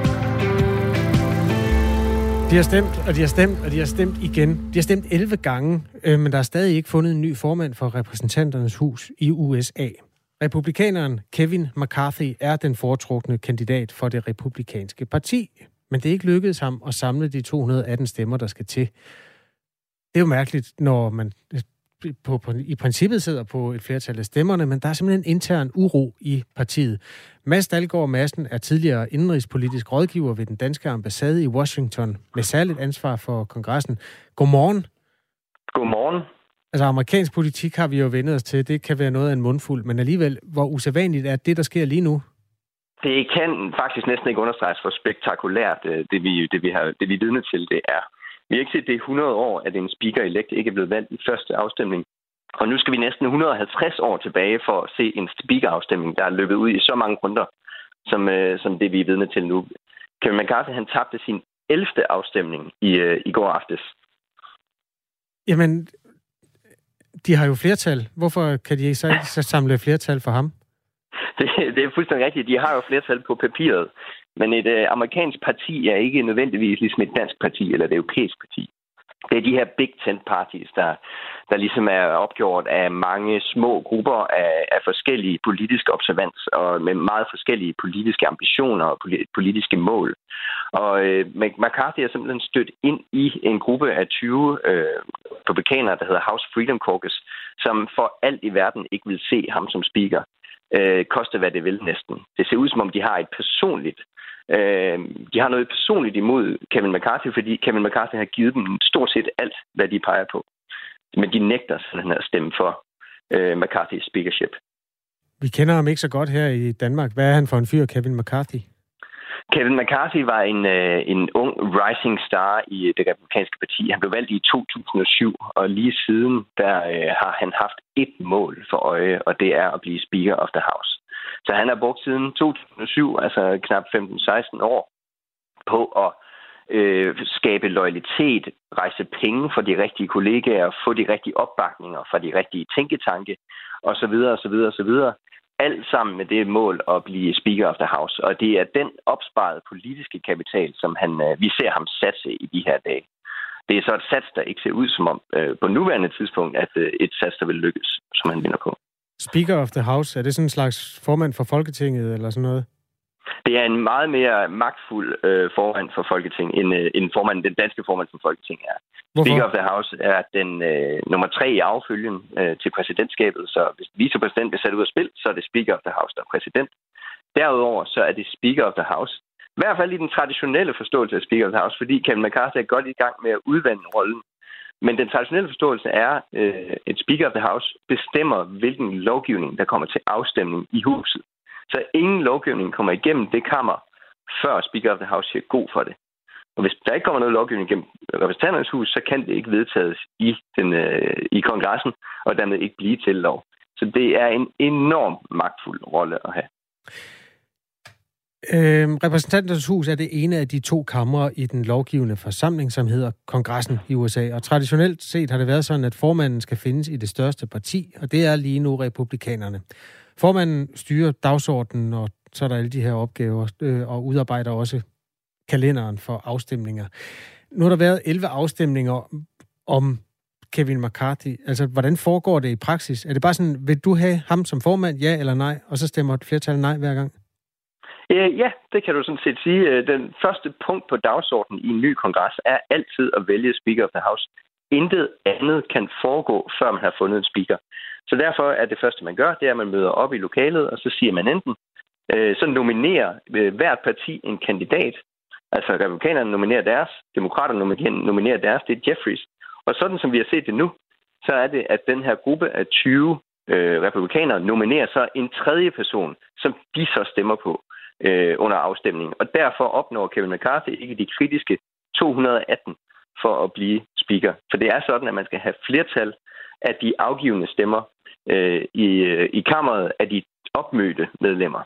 De har stemt, og de har stemt, og de har stemt igen. De har stemt elleve gange, øh, men der er stadig ikke fundet en ny formand for repræsentanternes hus i U S A. Republikaneren Kevin McCarthy er den foretrukne kandidat for det republikanske parti, men det er ikke lykkedes ham at samle de to hundrede og atten stemmer, der skal til. Det er jo mærkeligt, når man på, på, i princippet sidder på et flertal af stemmerne, men der er simpelthen en intern uro i partiet. Mads Dalgaard Madsen er tidligere indenrigspolitisk rådgiver ved den danske ambassade i Washington med særligt ansvar for kongressen. Godmorgen. Godmorgen. Altså, amerikansk politik har vi jo vendt os til. Det kan være noget af en mundfuld, men alligevel, hvor usædvanligt er det, der sker lige nu? Det kan faktisk næsten ikke understreges, hvor spektakulært det vi, det, vi har, det, vi er vidne til, det er. Vi har ikke set det i hundrede år, at en speaker-elect ikke er blevet valgt i første afstemning. Og nu skal vi næsten et hundrede og halvtreds år tilbage for at se en speaker-afstemning, der er løbet ud i så mange runder, som, øh, som det vi er vidne til nu. Kevin McCarthy, han tabte sin ellevte afstemning i, øh, i går aftes. Jamen, de har jo flertal. Hvorfor kan de så ikke samle flertal for ham? Det, det er fuldstændig rigtigt. De har jo flertal på papiret. Men et øh, amerikansk parti er ikke nødvendigvis ligesom et dansk parti eller et europæisk parti. Det er de her big tent parties, der, der ligesom er opgjort af mange små grupper af, af forskellige politiske observans og med meget forskellige politiske ambitioner og politiske mål. Og øh, McCarthy er simpelthen stødt ind i en gruppe af tyve øh, republikanere, der hedder House Freedom Caucus, som for alt i verden ikke vil se ham som speaker. Øh, koste hvad det vil næsten. Det ser ud som om, de har et personligt Øh, de har noget personligt imod Kevin McCarthy, fordi Kevin McCarthy har givet dem stort set alt, hvad de peger på. Men de nægter sådan at stemme for øh, McCarthy's speakership. Vi kender ham ikke så godt her i Danmark. Hvad er han for en fyr, Kevin McCarthy? Kevin McCarthy var en, øh, en ung rising star i det republikanske parti. Han blev valgt i to tusind og syv, og lige siden der øh, har han haft et mål for øje, og det er at blive Speaker of the House. Så han har brugt siden to tusind og syv, altså knap femten seksten år, på at øh, skabe loyalitet, rejse penge for de rigtige kollegaer, få de rigtige opbakninger fra de rigtige tænketanke, osv. osv. osv. Alt sammen med det mål at blive Speaker of the House. Og det er den opsparede politiske kapital, som han, øh, vi ser ham satse i de her dage. Det er så et sats, der ikke ser ud som om øh, på nuværende tidspunkt, at øh, et sats, der vil lykkes, som han vinder på. Speaker of the House, er det sådan en slags formand for Folketinget eller sådan noget? Det er en meget mere magtfuld øh, formand for Folketinget, end, øh, end formand, den danske formand for Folketinget er. Hvorfor? Speaker of the House er den øh, nummer tre i affølgen øh, til præsidentskabet, så hvis vicepræsident bliver sat ud af spil, så er det Speaker of the House, der er præsident. Derudover så er det Speaker of the House, i hvert fald i den traditionelle forståelse af Speaker of the House, fordi Kevin McCarthy er godt i gang med at udvande rollen. Men den traditionelle forståelse er, øh, at Speaker of the House bestemmer, hvilken lovgivning, der kommer til afstemning i huset. Så ingen lovgivning kommer igennem det kammer, før Speaker of the House siger god for det. Og hvis der ikke kommer noget lovgivning igennem repræsentanternes hus, så kan det ikke vedtages i, den, øh, i kongressen, og dermed ikke blive til lov. Så det er en enorm magtfuld rolle at have. Øh, repræsentanternes hus er det ene af de to kamre i den lovgivende forsamling, som hedder kongressen i U S A. Og traditionelt set har det været sådan, at formanden skal findes i det største parti, og det er lige nu republikanerne. Formanden styrer dagsordenen, og så er der alle de her opgaver, øh, og udarbejder også kalenderen for afstemninger. Nu har der været elleve afstemninger om Kevin McCarthy. Altså, hvordan foregår det i praksis? Er det bare sådan, vil du have ham som formand, ja eller nej, og så stemmer et flertal nej hver gang? Ja, det kan du sådan set sige. Den første punkt på dagsordenen i en ny kongres er altid at vælge Speaker of the House. Intet andet kan foregå, før man har fundet en speaker. Så derfor er det første, man gør, det er, at man møder op i lokalet, og så siger man enten, så nominerer hvert parti en kandidat. Altså republikanerne nominerer deres, demokraterne nominerer deres, det er Jeffries. Og sådan som vi har set det nu, så er det, at den her gruppe af tyve øh, republikanere nominerer så en tredje person, som de så stemmer på øh, under afstemningen. Og derfor opnår Kevin McCarthy ikke de kritiske to hundrede og atten for at blive speaker. For det er sådan, at man skal have flertal af de afgivende stemmer øh, i, øh, i kammeret af de opmødte medlemmer.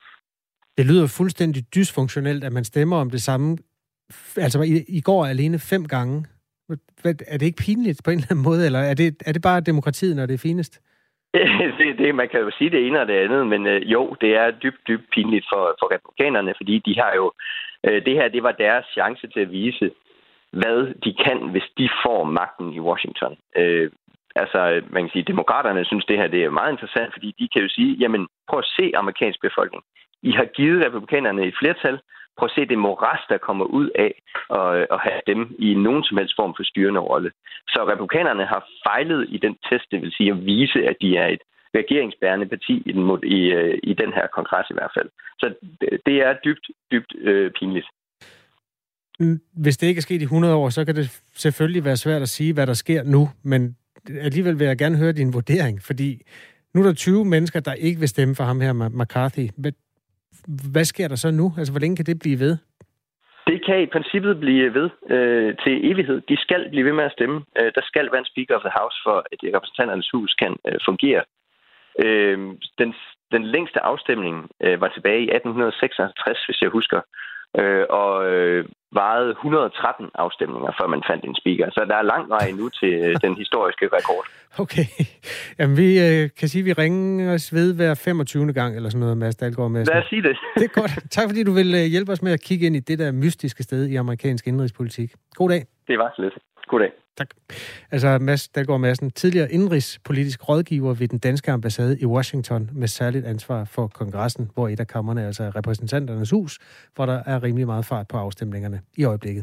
Det lyder fuldstændig dysfunktionelt, at man stemmer om det samme. Altså i, i går alene fem gange. Er det ikke pinligt på en eller anden måde, eller er det, er det bare demokratiet, når det er finest? det, det, man kan jo sige det ene og det andet, men øh, jo, det er dybt, dybt pinligt for, for republikanerne, fordi de har jo, øh, det her, det var deres chance til at vise, hvad de kan, hvis de får magten i Washington. Øh, altså, man kan sige, demokraterne synes, det her det er meget interessant, fordi de kan jo sige, jamen, prøv at se amerikansk befolkning. I har givet republikanerne et flertal. Prøv at se det moras, der kommer ud af at, at have dem i nogen som helst form for styrende rolle. Så republikanerne har fejlet i den test, det vil sige at vise, at de er et regeringsbærende parti i den, i, i den her kongres i hvert fald. Så det er dybt, dybt øh, pinligt. Hvis det ikke er sket i hundrede år, så kan det selvfølgelig være svært at sige, hvad der sker nu. Men alligevel vil jeg gerne høre din vurdering, fordi nu er der tyve mennesker, der ikke vil stemme for ham her, McCarthy. Hvad, hvad sker der så nu? Altså, hvor længe kan det blive ved? Det kan i princippet blive ved øh, til evighed. De skal blive ved med at stemme. Øh, der skal være en Speaker of the House, for at repræsentanternes hus kan øh, fungere. Øh, den, den længste afstemning øh, var tilbage i atten seksoghalvtreds, hvis jeg husker, øh, og øh, varede et hundrede og tretten afstemninger, før man fandt en speaker. Så der er lang vej endnu til øh, den historiske rekord. Okay. Jamen, vi øh, kan sige, at vi ringer os ved hver femogtyvende gang, eller sådan noget, Mads Dalgaard Madsen. Lad os sige det. Det er godt. Tak, fordi du vil hjælpe os med at kigge ind i det der mystiske sted i amerikansk indrigspolitik. God dag. Det var så lidt. God dag. Tak. Altså, Mads Dalgaard Madsen, tidligere indrigspolitisk rådgiver ved den danske ambassade i Washington, med særligt ansvar for kongressen, hvor et af kammerne, altså repræsentanternes hus, hvor der er rimelig meget fart på afstemningerne i øjeblikket.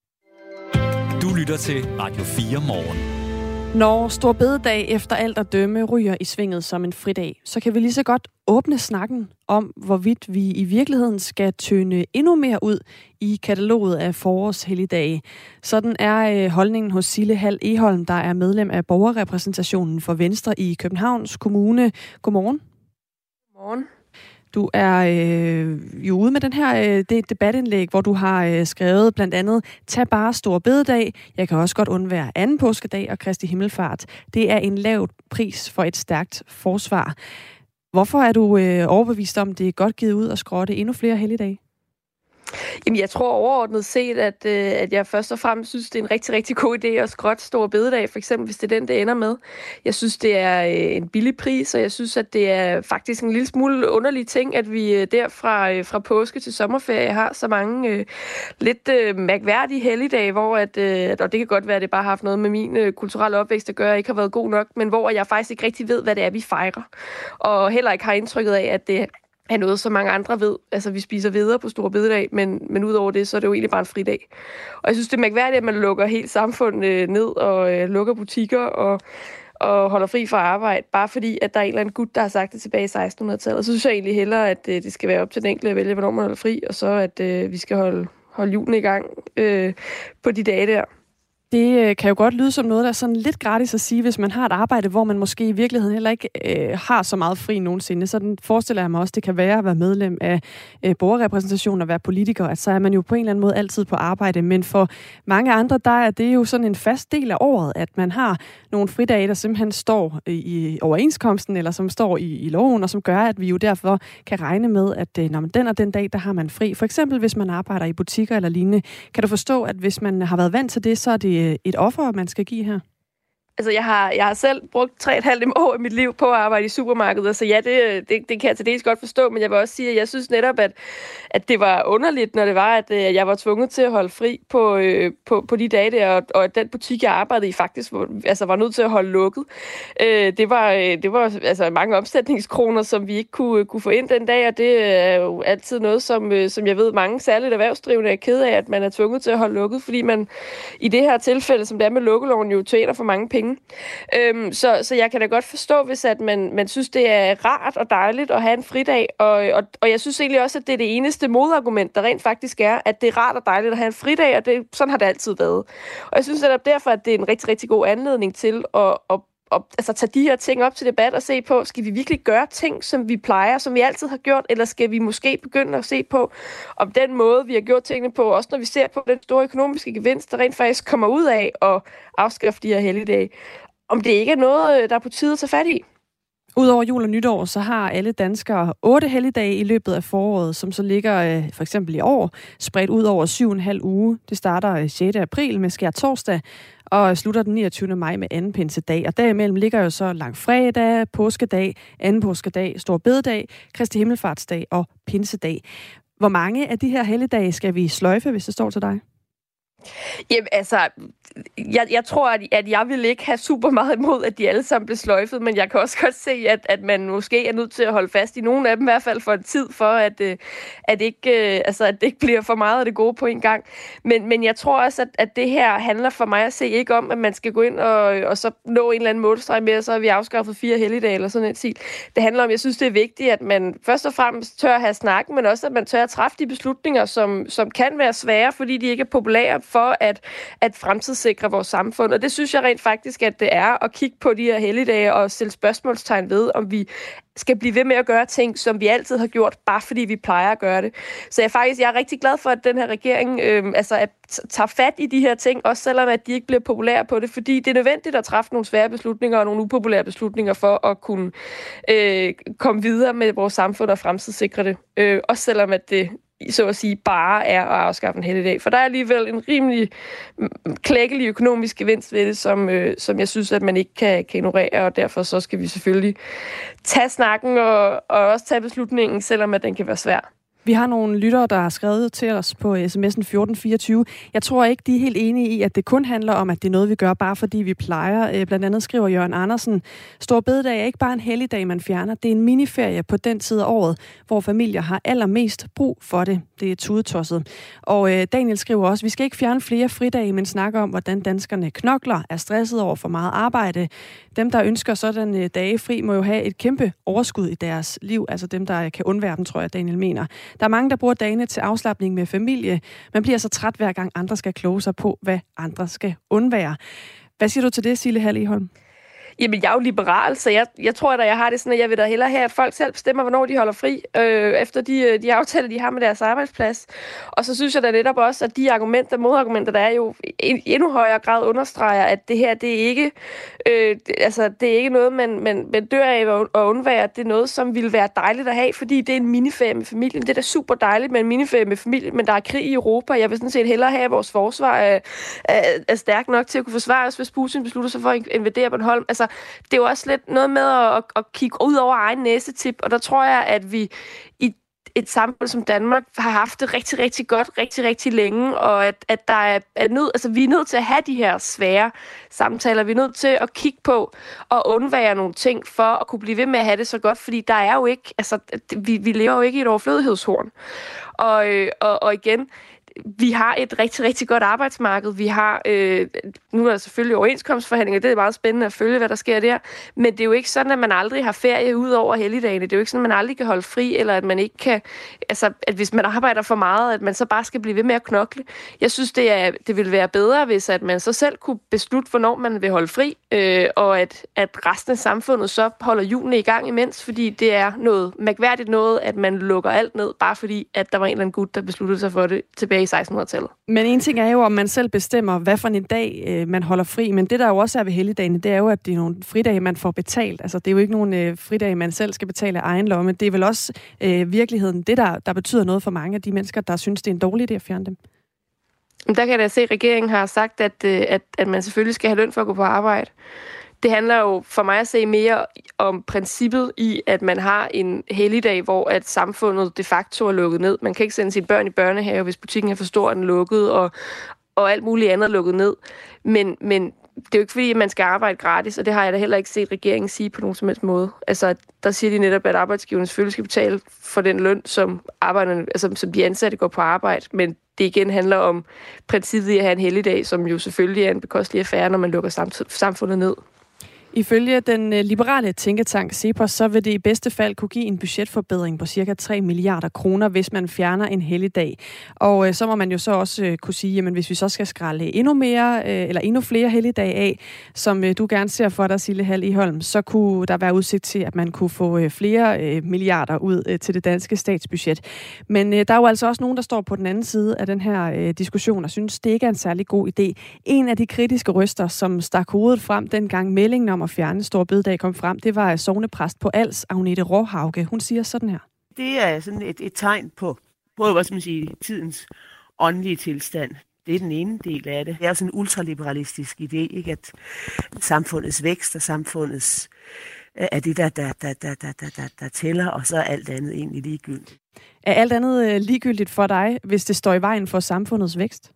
Du lytter til Radio fire Morgen. Når Stor Bededag efter alt at dømme ryger i svinget som en fridag, så kan vi lige så godt åbne snakken om, hvorvidt vi i virkeligheden skal tøne endnu mere ud i kataloget af forårshelligdage. Sådan er holdningen hos Sille Hald Egholm, der er medlem af borgerrepræsentationen for Venstre i Københavns Kommune. Godmorgen. Godmorgen. Du er øh, jo ude med den her øh, det debatindlæg, hvor du har øh, skrevet blandt andet, tag bare Stor Bededag. Jeg kan også godt undvære anden påskedag og Kristi Himmelfart. Det er en lav pris for et stærkt forsvar. Hvorfor er du øh, overbevist om, det er godt givet ud at skrotte endnu flere helligdage? Jamen, jeg tror overordnet set, at, øh, at jeg først og fremmest synes, det er en rigtig, rigtig god idé at skrotte Stor Bededag, for eksempel, hvis det er den, det ender med. Jeg synes, det er øh, en billig pris, og jeg synes, at det er faktisk en lille smule underlig ting, at vi øh, der fra, øh, fra påske til sommerferie har så mange øh, lidt øh, mærkværdige helligdage, hvor at, øh, og det kan godt være, at det bare har haft noget med min øh, kulturelle opvækst at gøre, jeg ikke har været god nok, men hvor jeg faktisk ikke rigtig ved, hvad det er, vi fejrer. Og heller ikke har indtrykket af, at det er noget, som mange andre ved. Altså, vi spiser videre på Store Bededag, men, men udover det, så er det jo egentlig bare en fridag. Og jeg synes, det er mærkværdigt, at man lukker helt samfundet øh, ned og øh, lukker butikker og, og holder fri fra arbejde, bare fordi, at der er en eller anden gut, der har sagt det tilbage i sekstenhundredetallet. Så synes jeg egentlig hellere, at øh, det skal være op til den enkelte at vælge, hvornår man holder fri, og så at øh, vi skal holde, holde julen i gang øh, på de dage der. Det kan jo godt lyde som noget, der er sådan lidt gratis at sige, hvis man har et arbejde, hvor man måske i virkeligheden heller ikke øh, har så meget fri nogensinde. Så forestiller jeg mig også, det kan være at være medlem af øh, borgerrepræsentationen og være politiker, at så er man jo på en eller anden måde altid på arbejde. Men for mange andre, der er det jo sådan en fast del af året, at man har nogle fridage, der simpelthen står i overenskomsten, eller som står i, i loven, og som gør, at vi jo derfor kan regne med, at øh, når man den og den dag, der har man fri. For eksempel, hvis man arbejder i butikker eller lignende. Kan du forstå, at hvis man har været vant til det, så er det et offer, man skal give her? Altså, jeg har, jeg har selv brugt tre og et halvt år af mit liv på at arbejde i supermarkedet, så ja, det, det, det kan jeg til dels godt forstå, men jeg vil også sige, at jeg synes netop, at, at det var underligt, når det var, at jeg var tvunget til at holde fri på, øh, på, på de dage der, og, og at den butik, jeg arbejdede i, faktisk var, altså, var nødt til at holde lukket. Øh, det var, det var altså, mange omsætningskroner, som vi ikke kunne, kunne få ind den dag, og det er jo altid noget, som, som jeg ved, mange særligt erhvervsdrivende er ked af, at man er tvunget til at holde lukket, fordi man i det her tilfælde, som det er med lukkeloven, jo tjener for mange penge. Øhm, så, så jeg kan da godt forstå, hvis at man, man synes, det er rart og dejligt at have en fridag, og, og, og jeg synes egentlig også, at det er det eneste modargument, der rent faktisk er, at det er rart og dejligt at have en fridag, og det, sådan har det altid været. Og jeg synes netop derfor, at det er en rigtig, rigtig god anledning til at, at Og, altså tage de her ting op til debat og se på, skal vi virkelig gøre ting, som vi plejer, som vi altid har gjort, eller skal vi måske begynde at se på, om den måde, vi har gjort tingene på, også når vi ser på den store økonomiske gevinst, der rent faktisk kommer ud af at afskaffe de her helligdage, om det ikke er noget, der er på tide at tage fat i. Udover jul og nytår, så har alle danskere otte helligdage i løbet af foråret, som så ligger for eksempel i år, spredt ud over syv og en halv uge. Det starter sjette april med skærtorsdag, og slutter den niogtyvende maj med anden pinsedag. Og derimellem ligger jo så langfredag, påskedag, anden påskedag, Stor Bededag, Kristi Himmelfartsdag og pinsedag. Hvor mange af de her helligdage skal vi sløjfe, hvis det står til dig? Jamen altså, jeg, jeg tror, at, at jeg vil ikke have super meget imod, at de alle sammen bliver sløjfet, men jeg kan også godt se, at, at man måske er nødt til at holde fast i nogle af dem, i hvert fald for en tid, for at, at, ikke, altså, at det ikke bliver for meget af det gode på en gang. Men, men jeg tror også, at, at det her handler for mig at se ikke om, at man skal gå ind og, og så nå en eller anden målstreg med, og så har vi afskaffet fire helligdage eller sådan et stil. Det handler om, jeg synes, det er vigtigt, at man først og fremmest tør at have snakken, men også, at man tør at træffe de beslutninger, som, som kan være svære, fordi de ikke er populære, for at, at fremtid fremtidssikre vores samfund. Og det synes jeg rent faktisk, at det er at kigge på de her helligdage og stille spørgsmålstegn ved, om vi skal blive ved med at gøre ting, som vi altid har gjort, bare fordi vi plejer at gøre det. Så jeg er faktisk jeg er rigtig glad for, at den her regering øh, altså, at tager fat i de her ting, også selvom at de ikke bliver populære på det, fordi det er nødvendigt at træffe nogle svære beslutninger og nogle upopulære beslutninger for at kunne øh, komme videre med vores samfund og fremtidssikre det. Øh, også selvom at det så at sige bare er at afskaffe en helligdag. For der er alligevel en rimelig klækkelig økonomisk gevinst ved det, som, øh, som jeg synes, at man ikke kan, kan ignorere, og derfor så skal vi selvfølgelig tage snakken og, og også tage beslutningen, selvom at den kan være svær. Vi har nogle lyttere, der har skrevet til os på sms'en fjorten fireogtyve. Jeg tror ikke, de er helt enige i, at det kun handler om, at det er noget, vi gør bare fordi vi plejer. Blandt andet skriver Jørgen Andersen, Store bededag er ikke bare en helligdag, man fjerner. Det er en miniferie på den tid af året, hvor familier har allermest brug for det. Det er tudetosset. Og Daniel skriver også, vi skal ikke fjerne flere fridage, men snakke om, hvordan danskerne knokler, er stresset over for meget arbejde. Dem, der ønsker sådan dage fri, må jo have et kæmpe overskud i deres liv. Altså dem, der kan undvære dem, tror jeg, Daniel mener. Der er mange, der bruger dagene til afslapning med familie. Man bliver så træt, hver gang andre skal kloge sig på, hvad andre skal undvære. Hvad siger du til det, Sille Hall Egholm? Jamen, jeg er jo liberal, så jeg, jeg tror, at jeg har det sådan, at jeg vil da hellere have, at folk selv bestemmer, hvornår de holder fri, øh, efter de, de aftaler, de har med deres arbejdsplads. Og så synes jeg da netop også, at de argumenter, modargumenter, der er jo i endnu højere grad understreger, at det her, det er ikke, øh, altså, det er ikke noget, man, man, man dør af at undvære. Det er noget, som ville være dejligt at have, fordi det er en miniferie med familien. Det er da super dejligt med en miniferie med familien, men der er krig i Europa. Jeg vil sådan set hellere have, at vores forsvar er, er, er stærk nok til at kunne forsvare os, hvis Putin beslutter sig for at invadere Bornholm. Altså, det er jo også lidt noget med at, at kigge ud over egen næsetip, og der tror jeg, at vi i et samfund som Danmark har haft det rigtig, rigtig godt, rigtig, rigtig længe, og at, at der er, er nød, altså, vi er nødt til at have de her svære samtaler. Vi er nødt til at kigge på og undvære nogle ting for at kunne blive ved med at have det så godt, fordi der er jo ikke, altså, vi, vi lever jo ikke i et overflødighedshorn. Og, og, og igen, vi har et rigtig, rigtig godt arbejdsmarked. Vi har, øh, nu er der selvfølgelig overenskomstforhandlinger, det er meget spændende at følge, hvad der sker der, men det er jo ikke sådan, at man aldrig har ferie ud over helligdagene. Det er jo ikke sådan, at man aldrig kan holde fri, eller at man ikke kan, altså, at hvis man arbejder for meget, at man så bare skal blive ved med at knokle. Jeg synes, det, er, det ville være bedre, hvis at man så selv kunne beslutte, hvornår man vil holde fri, øh, og at, at resten af samfundet så holder hjulene i gang imens, fordi det er noget mærkværdigt noget, at man lukker alt ned, bare fordi, at der var en eller anden gut, der besluttede sig for det tilbage i sekstenhundredetallet. Men en ting er jo, om man selv bestemmer, hvad for en dag øh, man holder fri, men det der jo også er ved helligdagene, det er jo, at det er nogle fridage, man får betalt. Altså, det er jo ikke nogen øh, fridage, man selv skal betale af egen lomme. Det er vel også øh, virkeligheden, det der, der betyder noget for mange af de mennesker, der synes, det er en dårlig idé at fjerne dem. Der kan jeg da se, at regeringen har sagt, at, øh, at, at man selvfølgelig skal have løn for at gå på arbejde. Det handler jo for mig at se mere om princippet i, at man har en helligdag, hvor at samfundet de facto er lukket ned. Man kan ikke sende sine børn i børnehave, hvis butikken er for stor, og den lukket, og, og alt muligt andet er lukket ned. Men, men det er jo ikke fordi, at man skal arbejde gratis, og det har jeg da heller ikke set regeringen sige på nogen som helst måde. Altså, der siger de netop, at arbejdsgiverne selvfølgelig skal betale for den løn, som arbejderne, altså, som de ansatte går på arbejde, men det igen handler om princippet i at have en helligdag, som jo selvfølgelig er en bekostelig affære, når man lukker samfundet ned. Ifølge den liberale tænketank CEPOS, så vil det i bedste fald kunne give en budgetforbedring på cirka tre milliarder kroner, hvis man fjerner en helligdag. Og øh, så må man jo så også øh, kunne sige, jamen hvis vi så skal skrælle endnu mere, øh, eller endnu flere helligdage af, som øh, du gerne ser for dig, Sille Hall Egholm, så kunne der være udsigt til, at man kunne få øh, flere øh, milliarder ud øh, til det danske statsbudget. Men øh, der er jo altså også nogen, der står på den anden side af den her øh, diskussion, og synes, det ikke er en særlig god idé. En af de kritiske røster, som stak hovedet frem, dengang meldingen om at fjerne Store bededag kom frem, det var sognepræst på Als, Agnete Råhauge. Hun siger sådan her. Det er sådan et, et tegn på, på hvad skal man sige, tidens åndelige tilstand. Det er den ene del af det. Det er sådan en ultraliberalistisk idé, ikke? At samfundets vækst og samfundets er det, der, der, der, der, der, der, der tæller, og så er alt andet egentlig ligegyldigt. Er alt andet ligegyldigt for dig, hvis det står i vejen for samfundets vækst?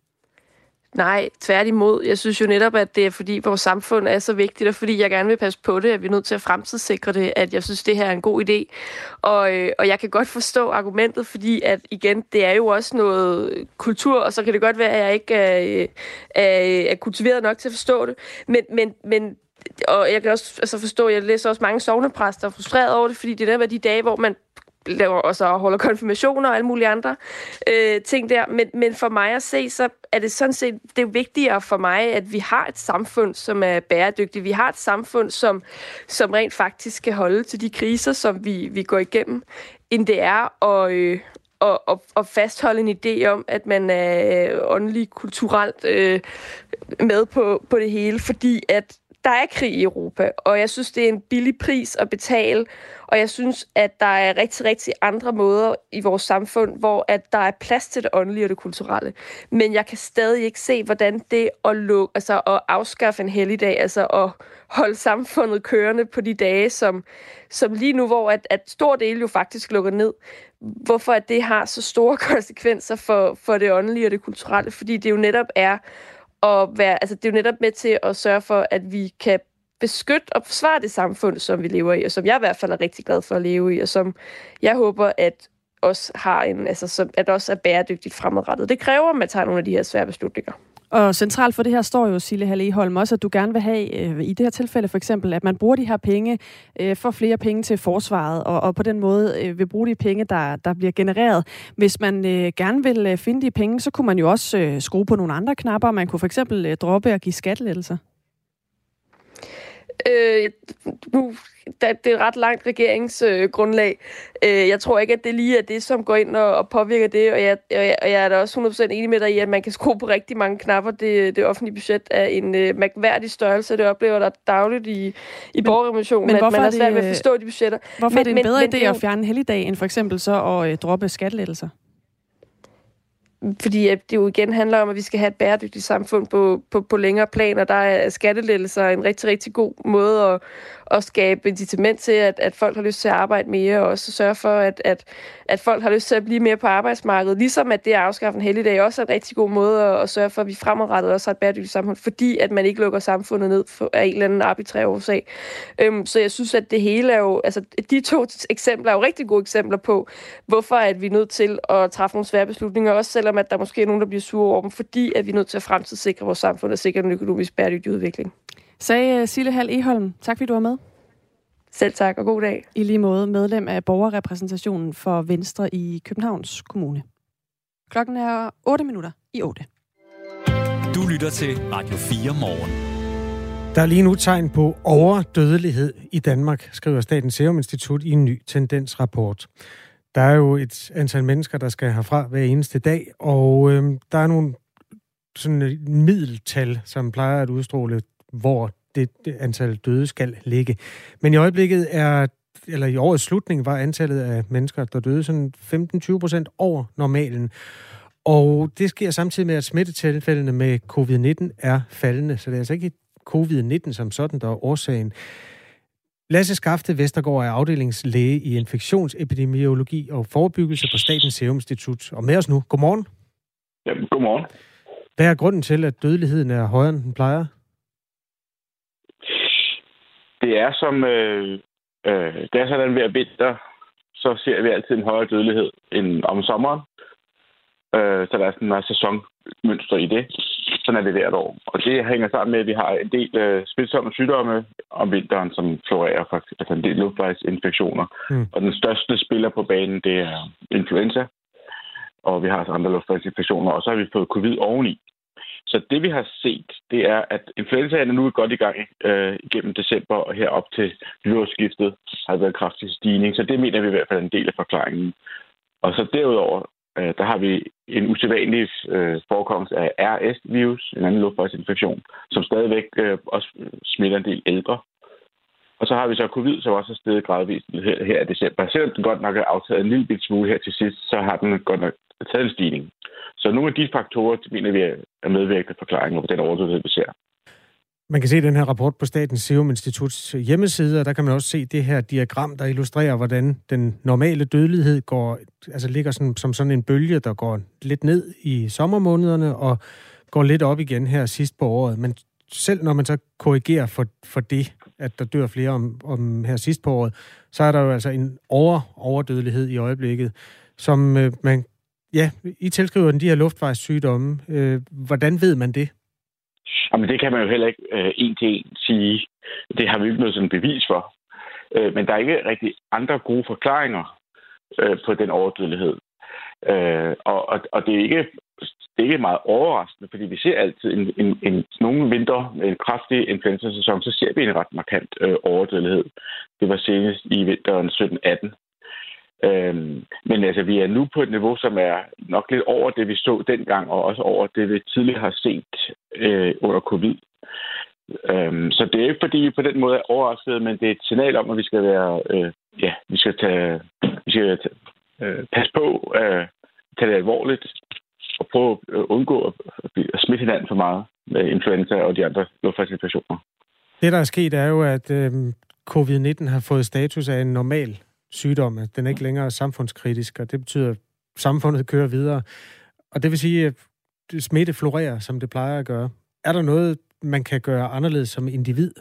Nej, tværtimod. Jeg synes jo netop, at det er fordi vores samfund er så vigtigt, og fordi jeg gerne vil passe på det, at vi er nødt til at fremtidssikre det, at jeg synes, det her er en god idé. Og, øh, og jeg kan godt forstå argumentet, fordi at igen, det er jo også noget kultur, og så kan det godt være, at jeg ikke er, er, er kultiveret nok til at forstå det. Men, men, men og jeg kan også altså forstå, at jeg læser også mange sognepræster frustreret over det, fordi det er der de dage, hvor man laver også holder konfirmationer og alle mulige andre øh, ting der. Men, men for mig at se, så er det sådan set, det er vigtigere for mig, at vi har et samfund, som er bæredygtigt. Vi har et samfund, som, som rent faktisk skal holde til de kriser, som vi, vi går igennem, end det er at, øh, at, at, at fastholde en idé om, at man er åndelig, kulturelt øh, med på, på det hele, fordi at der er krig i Europa, og jeg synes, det er en billig pris at betale, og jeg synes, at der er rigtig, rigtig andre måder i vores samfund, hvor at der er plads til det åndelige og det kulturelle. Men jeg kan stadig ikke se, hvordan det at, lukke, altså at afskaffe en helligdag, altså at holde samfundet kørende på de dage, som, som lige nu, hvor at, at stor del jo faktisk lukker ned, hvorfor at det har så store konsekvenser for, for det åndelige og det kulturelle, fordi det jo netop er at være, altså det er jo netop med til at sørge for, at vi kan beskytte og forsvare det samfund, som vi lever i, og som jeg i hvert fald er rigtig glad for at leve i, og som jeg håber, at også har en, altså som, at også er bæredygtigt fremadrettet. Det kræver, at man tager nogle af de her svære beslutninger. Og centralt for det her står jo, Sille Halle Egholm, også at du gerne vil have, øh, i det her tilfælde for eksempel, at man bruger de her penge, øh, for flere penge til forsvaret, og, og på den måde øh, vil bruge de penge, der, der bliver genereret. Hvis man øh, gerne vil øh, finde de penge, så kunne man jo også øh, skrue på nogle andre knapper. Man kunne for eksempel øh, droppe og give skattelettelser. Øh, nu, det er et ret langt regeringsgrundlag. Øh, jeg tror ikke, at det lige er det, som går ind og, og påvirker det, og jeg, og, jeg, og jeg er da også hundrede procent enig med dig i, at man kan skrue på rigtig mange knapper. Det, det offentlige budget er en øh, mærkværdig størrelse, det oplever der dagligt i, i borgerrevolutionen, at man har svært ved at forstå de budgetter. Hvorfor men, er det en men, bedre men, idé men, at fjerne en helligdag, end for eksempel så at øh, droppe skattelettelser? Fordi det jo igen handler om, at vi skal have et bæredygtigt samfund på, på, på længere plan, og der er skattelettelser en rigtig, rigtig god måde at, at skabe incitament til, at, at folk har lyst til at arbejde mere, og også sørge for, at, at, at folk har lyst til at blive mere på arbejdsmarkedet. Ligesom at det at afskaffe en helligdag også er en rigtig god måde at, at sørge for, at vi fremadrettet også har et bæredygtigt samfund, fordi at man ikke lukker samfundet ned for, af en eller anden arbitrær årsag. Øhm, så jeg synes, at det hele er jo, altså de to eksempler er jo rigtig gode eksempler på, hvorfor at vi er nødt til at træffe nogle svære beslutninger, også selvom at der måske er nogen, der bliver sure over dem, fordi at vi er nødt til at fremtidssikre vores samfund og sikre en økonomisk bæredygtig udvikling. Sagde Sille Halle Egholm. Tak fordi du var med. Selv tak, og god dag. I lige måde medlem af borgerrepræsentationen for Venstre i Københavns Kommune. Klokken er otte minutter i otte. Du lytter til Radio fire Morgen. Der er lige nu tegn på overdødelighed i Danmark, skriver Statens Serum Institut i en ny tendensrapport. Der er jo et antal mennesker, der skal herfra hver eneste dag, og øh, der er nogle sådan middeltal, som plejer at udstråle, hvor det, det antal døde skal ligge. Men i øjeblikket er, eller i årets slutning, var antallet af mennesker, der døde sådan femten til tyve procent over normalen. Og det sker samtidig med, at smittetilfældene med covid nitten er faldende, så det er altså ikke covid nitten som sådan, der er årsagen. Lasse Skafte Vestergaard er afdelingslæge i infektionsepidemiologi og forebyggelse på Statens Serum Institut. Og med os nu. Godmorgen. Ja, godmorgen. Hvad er grunden til, at dødeligheden er højere, end den plejer? Det er som øh, øh, det er sådan ved at vinter, så ser vi altid en højere dødelighed end om sommeren. Øh, så der er sådan en sæsonmønster i det. Sådan er det hvert år. Og det hænger sammen med, at vi har en del øh, smitsomme sygdomme om vinteren, som florerer faktisk, altså en del luftvejsinfektioner. Mm. Og den største spiller på banen, det er influenza. Og vi har altså andre luftvejsinfektioner, og så har vi fået covid oveni. Så det, vi har set, det er, at influenzaen er nu godt i gang øh, igennem december, og herop til nytårsskiftet har der været en kraftig stigning. Så det mener vi i hvert fald er en del af forklaringen. Og så derudover, øh, der har vi en usædvanlig øh, forekomst af R S-virus, en anden luftvejsinfektion, som stadigvæk øh, også smitter en del ældre. Og så har vi så covid, som også er steget gradvist her, her i december. Selvom den godt nok er aftaget en lille smule her til sidst, så har den godt nok taget en stigning. Så nogle af de faktorer, mener vi, er medvirkende forklaringer på den overdødelighed, vi ser. Man kan se den her rapport på Statens Serum Instituts hjemmeside, og der kan man også se det her diagram, der illustrerer, hvordan den normale dødelighed går, altså ligger sådan, som sådan en bølge, der går lidt ned i sommermånederne og går lidt op igen her sidst på året. Men selv når man så korrigerer for, for det, at der dør flere om, om her sidst på året, så er der jo altså en over, overdødelighed i øjeblikket, som øh, man, ja, I tilskriver den de her luftvejssygdomme. Øh, hvordan ved man det? Jamen, det kan man jo heller ikke øh, en til en sige. Det har vi ikke noget sådan bevis for. Øh, men der er ikke rigtig andre gode forklaringer øh, på den overdødelighed. Øh, og, og, og det er ikke det er ikke meget overraskende, fordi vi ser altid en, en, en nogle vinter med en kraftig influenza-sæson, så ser vi en ret markant øh, overdødelighed. Det var senest i vinteren sytten atten. Øhm, men altså, vi er nu på et niveau, som er nok lidt over det, vi så dengang, og også over det, vi tidligere har set øh, under covid. Øhm, så det er ikke, fordi vi på den måde er overrasket, men det er et signal om, at vi skal være, øh, ja, vi skal tage, vi skal tage, øh, passe på, øh, tage det alvorligt, og prøve at undgå at, at smitte hinanden for meget med influenza og de andre luftvejsinfektioner. Det, der er sket, er jo, at øh, covid nitten har fået status af en normal sygdom, at den ikke længere er samfundskritisk, og det betyder, at samfundet kører videre. Og det vil sige, at smitte florerer, som det plejer at gøre. Er der noget, man kan gøre anderledes som individ?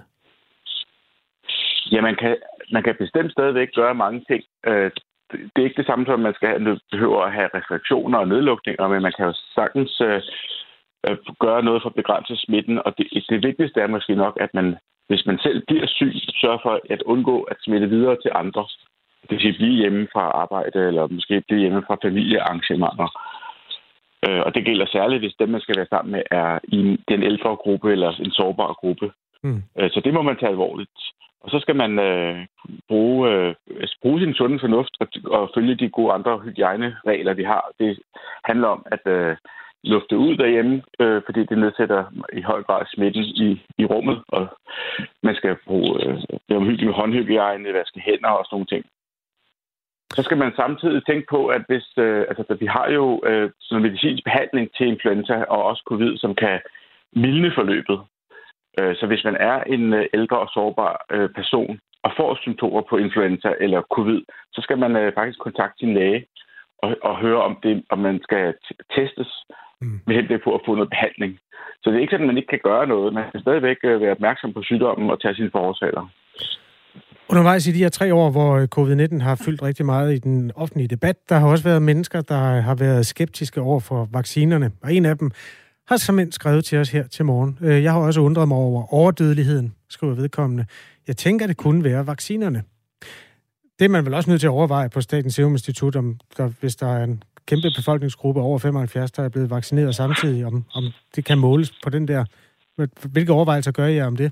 Ja, man kan, man kan bestemt stadigvæk gøre mange ting. Det er ikke det samme som, at man skal behøve at have restriktioner og nedlukninger, men man kan jo sagtens gøre noget for at begrænse smitten. Og det, det vigtigste er måske nok, at man, hvis man selv bliver syg, sørger for at undgå at smitte videre til andre. Det vil sige, blive hjemme fra arbejde, eller måske blive hjemme fra familiearrangementer. Øh, og det gælder særligt, hvis dem, man skal være sammen med, er i den ældre gruppe eller en sårbar gruppe. Mm. Øh, så det må man tage alvorligt. Og så skal man øh, bruge, øh, bruge sin sunde fornuft og, og følge de gode andre hygiejneregler, vi har. Det handler om at øh, lufte ud derhjemme, øh, fordi det nedsætter i høj grad smitten i, i rummet. Og man skal bruge øh, det omhyggelige håndhygiejne, vaske hænder og sådan nogle ting. Så skal man samtidig tænke på, at hvis øh, altså, vi har jo øh, sådan en medicinsk behandling til influenza og også covid, som kan mildne forløbet. Øh, så hvis man er en øh, ældre og sårbar øh, person og får symptomer på influenza eller covid, så skal man øh, faktisk kontakte sin læge og, og høre, om, det, om man skal t- testes mm. med henblik på at få noget behandling. Så det er ikke sådan, at man ikke kan gøre noget. Man skal stadigvæk øh, være opmærksom på sygdommen og tage sine forholdsregler. Undervejs i de her tre år, hvor covid nitten har fyldt rigtig meget i den offentlige debat, der har også været mennesker, der har været skeptiske over for vaccinerne. Og en af dem har simpelthen skrevet til os her til morgen. Jeg har også undret mig over overdødeligheden, skriver vedkommende. Jeg tænker, det kunne være vaccinerne. Det er man vel også nødt til at overveje på Statens Serum Institut, om der, hvis der er en kæmpe befolkningsgruppe over femoghalvfjerds, der er blevet vaccineret samtidig, om, om det kan måles på den der. Hvilke overvejelser gør I om det?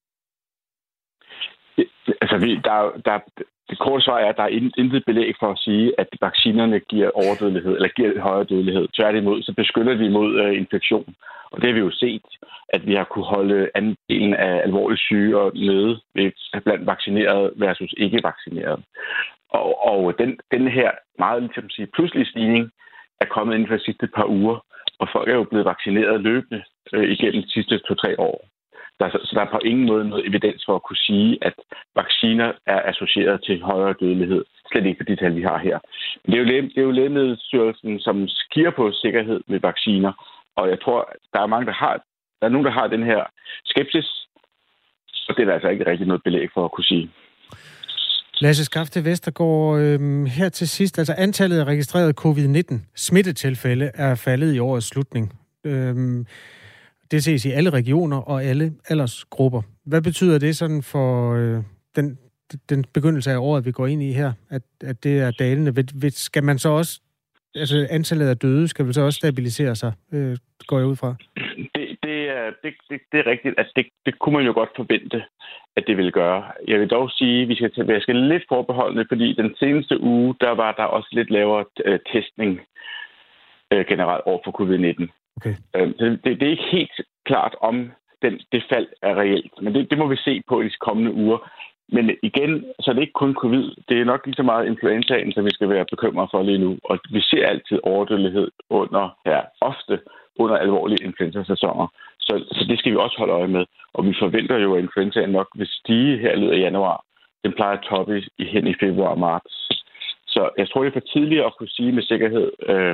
Altså, vi, der, der, det korte svar er, at der er intet belæg for at sige, at vaccinerne giver overdødelighed, eller giver højere dødelighed. Tværtimod, så beskytter de imod uh, infektion. Og det har vi jo set, at vi har kunne holde andelen af alvorlige syge og nede blandt vaccinerede versus ikke vaccinerede. Og, og den, den her meget ligesom sige, pludselige stigning er kommet inden for de sidste par uger, og folk er jo blevet vaccineret løbende øh, igennem de sidste to-tre år. Der, så der er på ingen måde noget evidens for at kunne sige, at vacciner er associeret til højere dødelighed. Slet ikke på de tal, vi har her. Men det er jo, læge, det er jo Lægemiddelstyrelsen, som skier på sikkerhed med vacciner. Og jeg tror, der er mange, der har, der er nogen, der har den her skepsis. Og det er der altså ikke rigtig noget belæg for at kunne sige. Lasse Skafte Vestergaard, øh, her til sidst, altså antallet af registrerede covid nitten smittetilfælde er faldet i årets slutning. Øh, Det ses i alle regioner og alle aldersgrupper. Hvad betyder det sådan for øh, den, den begyndelse af året, vi går ind i her, at, at det er dalende? Skal man så også, altså antallet af døde, skal vel så også stabilisere sig, øh, går jeg ud fra? Det, det, er, det, det, det er rigtigt, at det, det kunne man jo godt forvente, at det ville gøre. Jeg vil dog sige, at vi skal være skal lidt forbeholdende, fordi den seneste uge, der var der også lidt lavere øh, testning øh, generelt over for covid nitten. Okay. Det, det er ikke helt klart, om den, det fald er reelt, men det, det må vi se på i de kommende uger. Men igen, så er det ikke kun covid. Det er nok lige så meget influenzaen, som vi skal være bekymret for lige nu. Og vi ser altid overdødelighed under, ja, ofte under alvorlige influenza-sæsoner. Så, så det skal vi også holde øje med. Og vi forventer jo, at influenzaen nok vil stige her i løbet af januar. Den plejer at toppe i, hen i februar og marts. Så jeg tror, det er for tidligt at kunne sige med sikkerhed øh,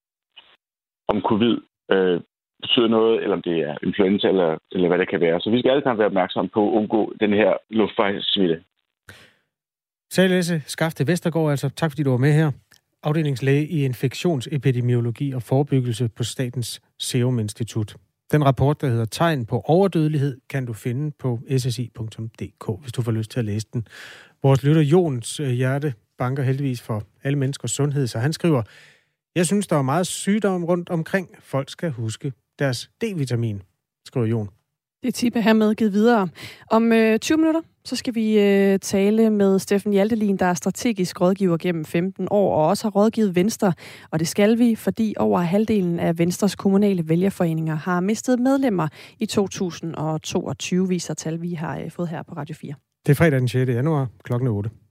om covid Øh, betyder noget, eller om det er influenza, eller, eller hvad det kan være. Så vi skal alle sammen være opmærksomme på at undgå den her luftvejssmitte. Sagde Lasse Skafte Vestergaard, altså tak fordi du var med her. Afdelingslæge i infektionsepidemiologi og forebyggelse på Statens Serum Institut. Den rapport, der hedder Tegn på overdødelighed, kan du finde på s s i punktum d k, hvis du får lyst til at læse den. Vores lytter Jons Hjerte banker heldigvis for alle menneskers sundhed, så han skriver, jeg synes, der er meget sygdom rundt omkring. Folk skal huske deres D-vitamin, skriver Jon. Det tip er hermed givet videre. Om øh, tyve minutter, så skal vi øh, tale med Steffen Hjaltelin, der er strategisk rådgiver gennem femten år, og også har rådgivet Venstre. Og det skal vi, fordi over halvdelen af Venstres kommunale vælgerforeninger har mistet medlemmer i to tusind og toogtyve, viser tal, vi har øh, fået her på Radio fire. Det er fredag den sjette januar klokken otte.